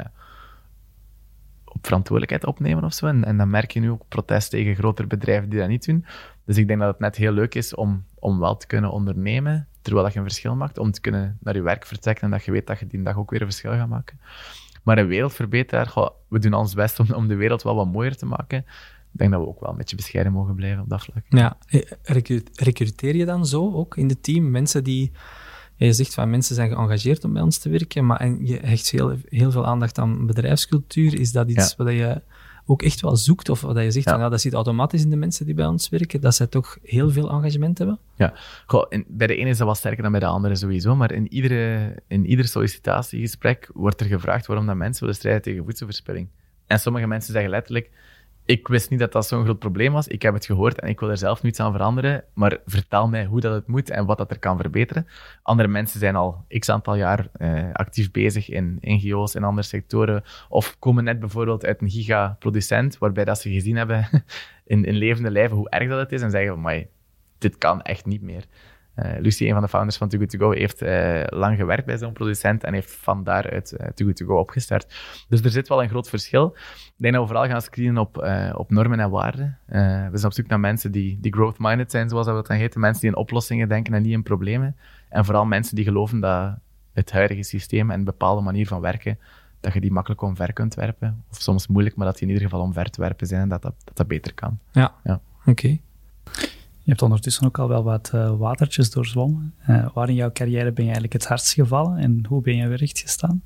op verantwoordelijkheid opnemen of zo. En, en dan merk je nu ook protest tegen grotere bedrijven die dat niet doen. Dus ik denk dat het net heel leuk is om, om wel te kunnen ondernemen, terwijl dat je een verschil maakt, om te kunnen naar je werk vertrekken en dat je weet dat je die dag ook weer een verschil gaat maken. Maar een wereldverbeteraar, goh, we doen ons best om, om de wereld wel wat mooier te maken. Ik denk dat we ook wel een beetje bescheiden mogen blijven op dat vlak.
Ja, recruteer je dan zo ook in het team mensen die... Je zegt van mensen zijn geëngageerd om bij ons te werken, maar en je hecht heel, heel veel aandacht aan bedrijfscultuur. Is dat iets ja. wat je ook echt wel zoekt? Of wat je zegt, ja. van, ja, dat zit automatisch in de mensen die bij ons werken, dat zij toch heel veel engagement hebben?
Ja, Goh, in, bij de ene is dat wat sterker dan bij de andere sowieso, maar in, iedere, in ieder sollicitatiegesprek wordt er gevraagd waarom dat mensen willen strijden tegen voedselverspilling. En sommige mensen zeggen letterlijk, ik wist niet dat dat zo'n groot probleem was, ik heb het gehoord en ik wil er zelf niets aan veranderen, maar vertel mij hoe dat het moet en wat dat er kan verbeteren. Andere mensen zijn al x aantal jaar uh, actief bezig in N G O's en andere sectoren, of komen net bijvoorbeeld uit een gigaproducent, waarbij dat ze gezien hebben in, in levende lijven hoe erg dat het is, en zeggen, maar dit kan echt niet meer. Uh, Lucie, een van de founders van Too Good To Go, heeft uh, lang gewerkt bij zo'n producent en heeft van daaruit uh, Too Good To Go opgestart. Dus er zit wel een groot verschil. Ik denk dat we vooral gaan screenen op, uh, op normen en waarden. Uh, we zijn op zoek naar mensen die, die growth-minded zijn, zoals dat dan heet. Mensen die in oplossingen denken en niet in problemen. En vooral mensen die geloven dat het huidige systeem en een bepaalde manier van werken, dat je die makkelijk omver kunt werpen. Of soms moeilijk, maar dat die in ieder geval omver te werpen zijn en dat dat, dat, dat beter kan.
Ja, ja. oké. Okay.
Je hebt ondertussen ook al wel wat uh, watertjes doorzwommen. Uh, waar in jouw carrière ben je eigenlijk het hardst gevallen en hoe ben je weer recht gestaan?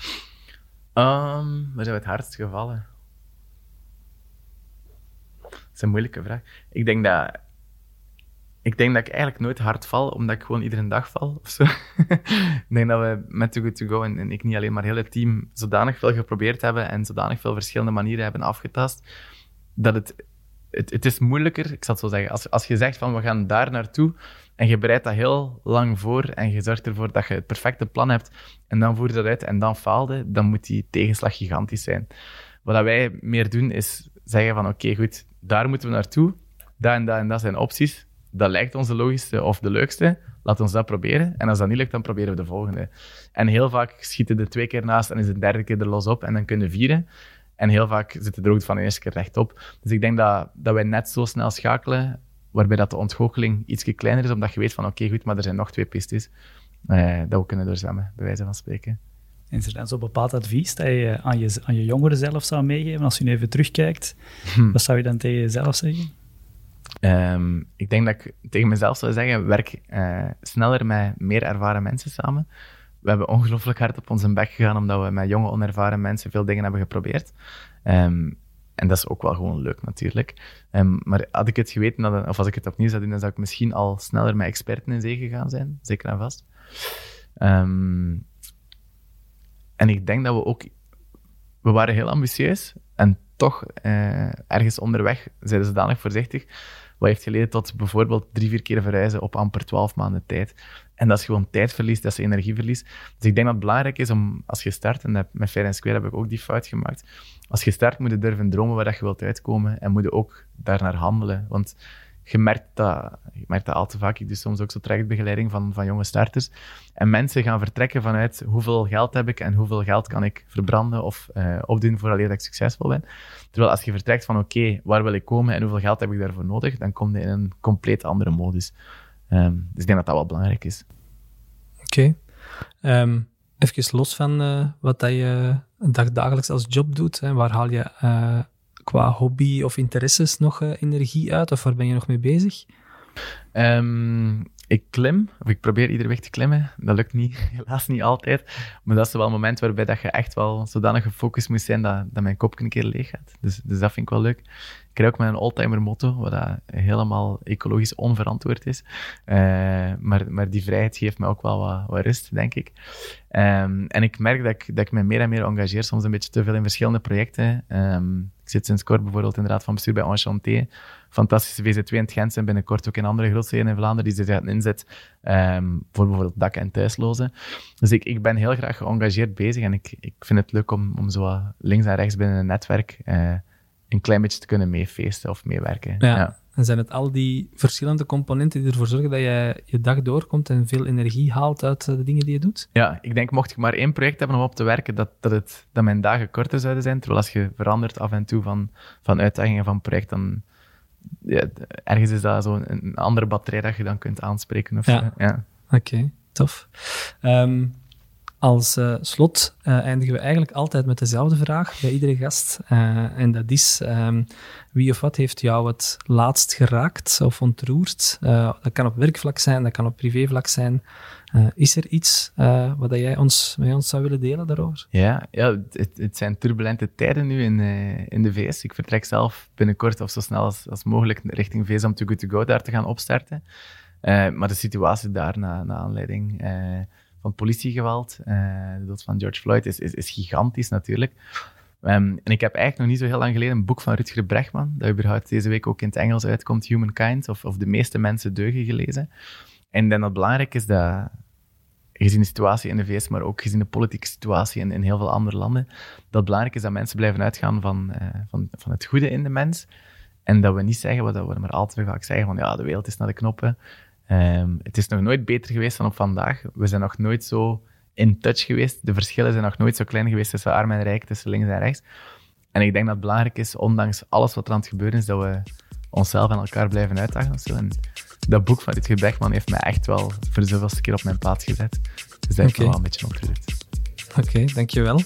Um, waar zijn we het hardst gevallen? Dat is een moeilijke vraag. Ik denk dat, ik denk dat ik eigenlijk nooit hard val, omdat ik gewoon iedere dag val. Of zo. Ik denk dat we met Too Good To Go en, en ik niet alleen, maar heel het team zodanig veel geprobeerd hebben en zodanig veel verschillende manieren hebben afgetast, dat het... Het, het is moeilijker, ik zal het zo zeggen, als, als je zegt van we gaan daar naartoe en je bereidt dat heel lang voor en je zorgt ervoor dat je het perfecte plan hebt en dan voer je dat uit en dan faalde, dan moet die tegenslag gigantisch zijn. Wat wij meer doen is zeggen van oké, okay, goed, daar moeten we naartoe, dat en dat en dat zijn opties, dat lijkt ons de logischste of de leukste, laat ons dat proberen en als dat niet lukt, dan proberen we de volgende. En heel vaak schieten er twee keer naast en is de derde keer er los op en dan kunnen we vieren. En heel vaak zitten er ook van de eerste keer rechtop. Dus ik denk dat, dat wij net zo snel schakelen, waarbij dat de ontgoocheling iets kleiner is, omdat je weet van oké, okay, goed, maar er zijn nog twee pistes eh, dat we kunnen doorzwemmen, bij wijze van spreken.
En is er dan zo'n bepaald advies dat je aan je, aan je jongeren zelf zou meegeven, als je nu even terugkijkt? Hm. Wat zou je dan tegen jezelf zeggen?
Um, ik denk dat ik tegen mezelf zou zeggen, werk uh, sneller met meer ervaren mensen samen. We hebben ongelooflijk hard op onze bek gegaan, omdat we met jonge, onervaren mensen veel dingen hebben geprobeerd. Um, en dat is ook wel gewoon leuk, natuurlijk. Um, maar had ik het geweten, dat, of als ik het opnieuw zou doen, dan zou ik misschien al sneller met experten in zee gegaan zijn. Zeker en vast. Um, en ik denk dat we ook... We waren heel ambitieus. En toch, uh, ergens onderweg, zijn ze zodanig voorzichtig. Wat heeft geleden tot bijvoorbeeld drie, vier keer verhuizen op amper twaalf maanden tijd. En dat is gewoon tijdverlies, dat is energieverlies. Dus ik denk dat het belangrijk is om, als je start, en dat, met Fair and Square heb ik ook die fout gemaakt, als je start moet je durven dromen waar dat je wilt uitkomen en moet je ook daarnaar handelen. Want je merkt dat, je merkt dat al te vaak, ik doe soms ook zo trajectbegeleiding van, van jonge starters. En mensen gaan vertrekken vanuit hoeveel geld heb ik en hoeveel geld kan ik verbranden of uh, opdoen vooraleer dat ik succesvol ben. Terwijl als je vertrekt van oké, okay, waar wil ik komen en hoeveel geld heb ik daarvoor nodig, dan kom je in een compleet andere modus. Um, dus ik denk dat dat wel belangrijk is.
Oké. Okay. Um, even los van uh, wat dat je dag, dagelijks als job doet, hè, waar haal je uh, qua hobby of interesses nog uh, energie uit? Of waar ben je nog mee bezig?
Um, ik klim, of ik probeer iedere week te klimmen. Dat lukt niet, helaas niet altijd. Maar dat is wel een moment waarbij dat je echt wel zodanig gefocust moet zijn dat, dat mijn kop een keer leeg gaat. Dus, dus dat vind ik wel leuk. Ik rijd ook met een oldtimer motto, wat dat helemaal ecologisch onverantwoord is. Uh, maar, maar die vrijheid geeft me ook wel wat, wat rust, denk ik. Um, en ik merk dat ik, dat ik me meer en meer engageer, soms een beetje te veel in verschillende projecten. Um, ik zit sinds kort bijvoorbeeld in de raad van bestuur bij Enchanté. Fantastische V Z twee in het Gent en binnenkort ook in andere grootsteden in Vlaanderen die zich gaan inzet um, voor bijvoorbeeld dak- en thuislozen. Dus ik, ik ben heel graag geëngageerd bezig en ik, ik vind het leuk om, om zo links en rechts binnen een netwerk uh, een klein beetje te kunnen meefeesten of meewerken.
Ja.
Ja.
En zijn het al die verschillende componenten die ervoor zorgen dat je je dag doorkomt en veel energie haalt uit de dingen die je doet?
Ja, ik denk mocht ik maar één project hebben om op te werken, dat, dat, het, dat mijn dagen korter zouden zijn. Terwijl als je verandert af en toe van, van uitdagingen van project, dan ja, ergens is dat zo'n een andere batterij dat je dan kunt aanspreken. Of,
ja.
ja.
Oké, okay, tof. Um, Als uh, slot uh, eindigen we eigenlijk altijd met dezelfde vraag bij iedere gast. Uh, en dat is, um, wie of wat heeft jou het laatst geraakt of ontroerd? Uh, dat kan op werkvlak zijn, dat kan op privévlak zijn. Uh, is er iets uh, wat jij ons, met ons zou willen delen daarover?
Ja, ja het, het zijn turbulente tijden nu in, uh, in de V S. Ik vertrek zelf binnenkort of zo snel als, als mogelijk richting V S om Too Good To Go daar te gaan opstarten. Uh, maar de situatie daar, na, na aanleiding uh, van politiegeweld, uh, de dood van George Floyd, is, is, is gigantisch natuurlijk. Um, en ik heb eigenlijk nog niet zo heel lang geleden een boek van Rutger Bregman, dat überhaupt deze week ook in het Engels uitkomt, Humankind, of, of De meeste mensen deugen, gelezen. En ik denk dat het belangrijk is dat, gezien de situatie in de V S, maar ook gezien de politieke situatie in, in heel veel andere landen, dat het belangrijk is dat mensen blijven uitgaan van, uh, van, van het goede in de mens. En dat we niet zeggen, wat we maar al te vaak zeggen, van ja, de wereld is naar de knoppen. Um, het is nog nooit beter geweest dan op vandaag. We zijn nog nooit zo in touch geweest. De verschillen zijn nog nooit zo klein geweest tussen arm en rijk, tussen links en rechts. En ik denk dat het belangrijk is, ondanks alles wat er aan het gebeuren is, dat we onszelf en elkaar blijven uitdagen. Of zo. En dat boek van Rutger Bregman heeft mij echt wel voor de zoveelste keer op mijn plaats gezet. Dus dat heeft
okay.
me wel een beetje ontroerd.
Oké, okay, dankjewel.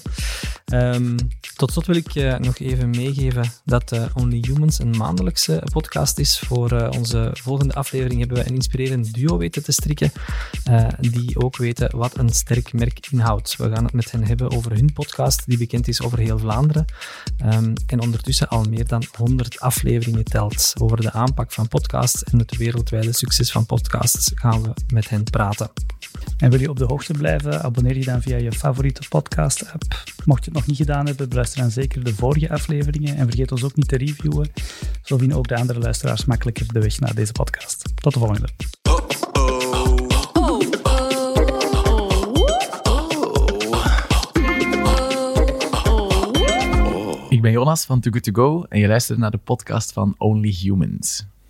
Um, tot slot wil ik uh, nog even meegeven dat uh, Only Humans een maandelijkse podcast is. Voor uh, onze volgende aflevering hebben we een inspirerend duo weten te strikken, uh, die ook weten wat een sterk merk inhoudt. We gaan het met hen hebben over hun podcast, die bekend is over heel Vlaanderen. Um, en ondertussen al meer dan honderd afleveringen telt. Over de aanpak van podcasts en het wereldwijde succes van podcasts gaan we met hen praten.
En wil je op de hoogte blijven, abonneer je dan via je favoriete podcast-app. Mocht je het nog niet gedaan hebben, beluister dan zeker de vorige afleveringen en vergeet ons ook niet te reviewen. Zo vinden ook de andere luisteraars makkelijker de weg naar deze podcast. Tot de volgende.
Ik ben Jonas van Too Good To Go en je luistert naar de podcast van Only Humans.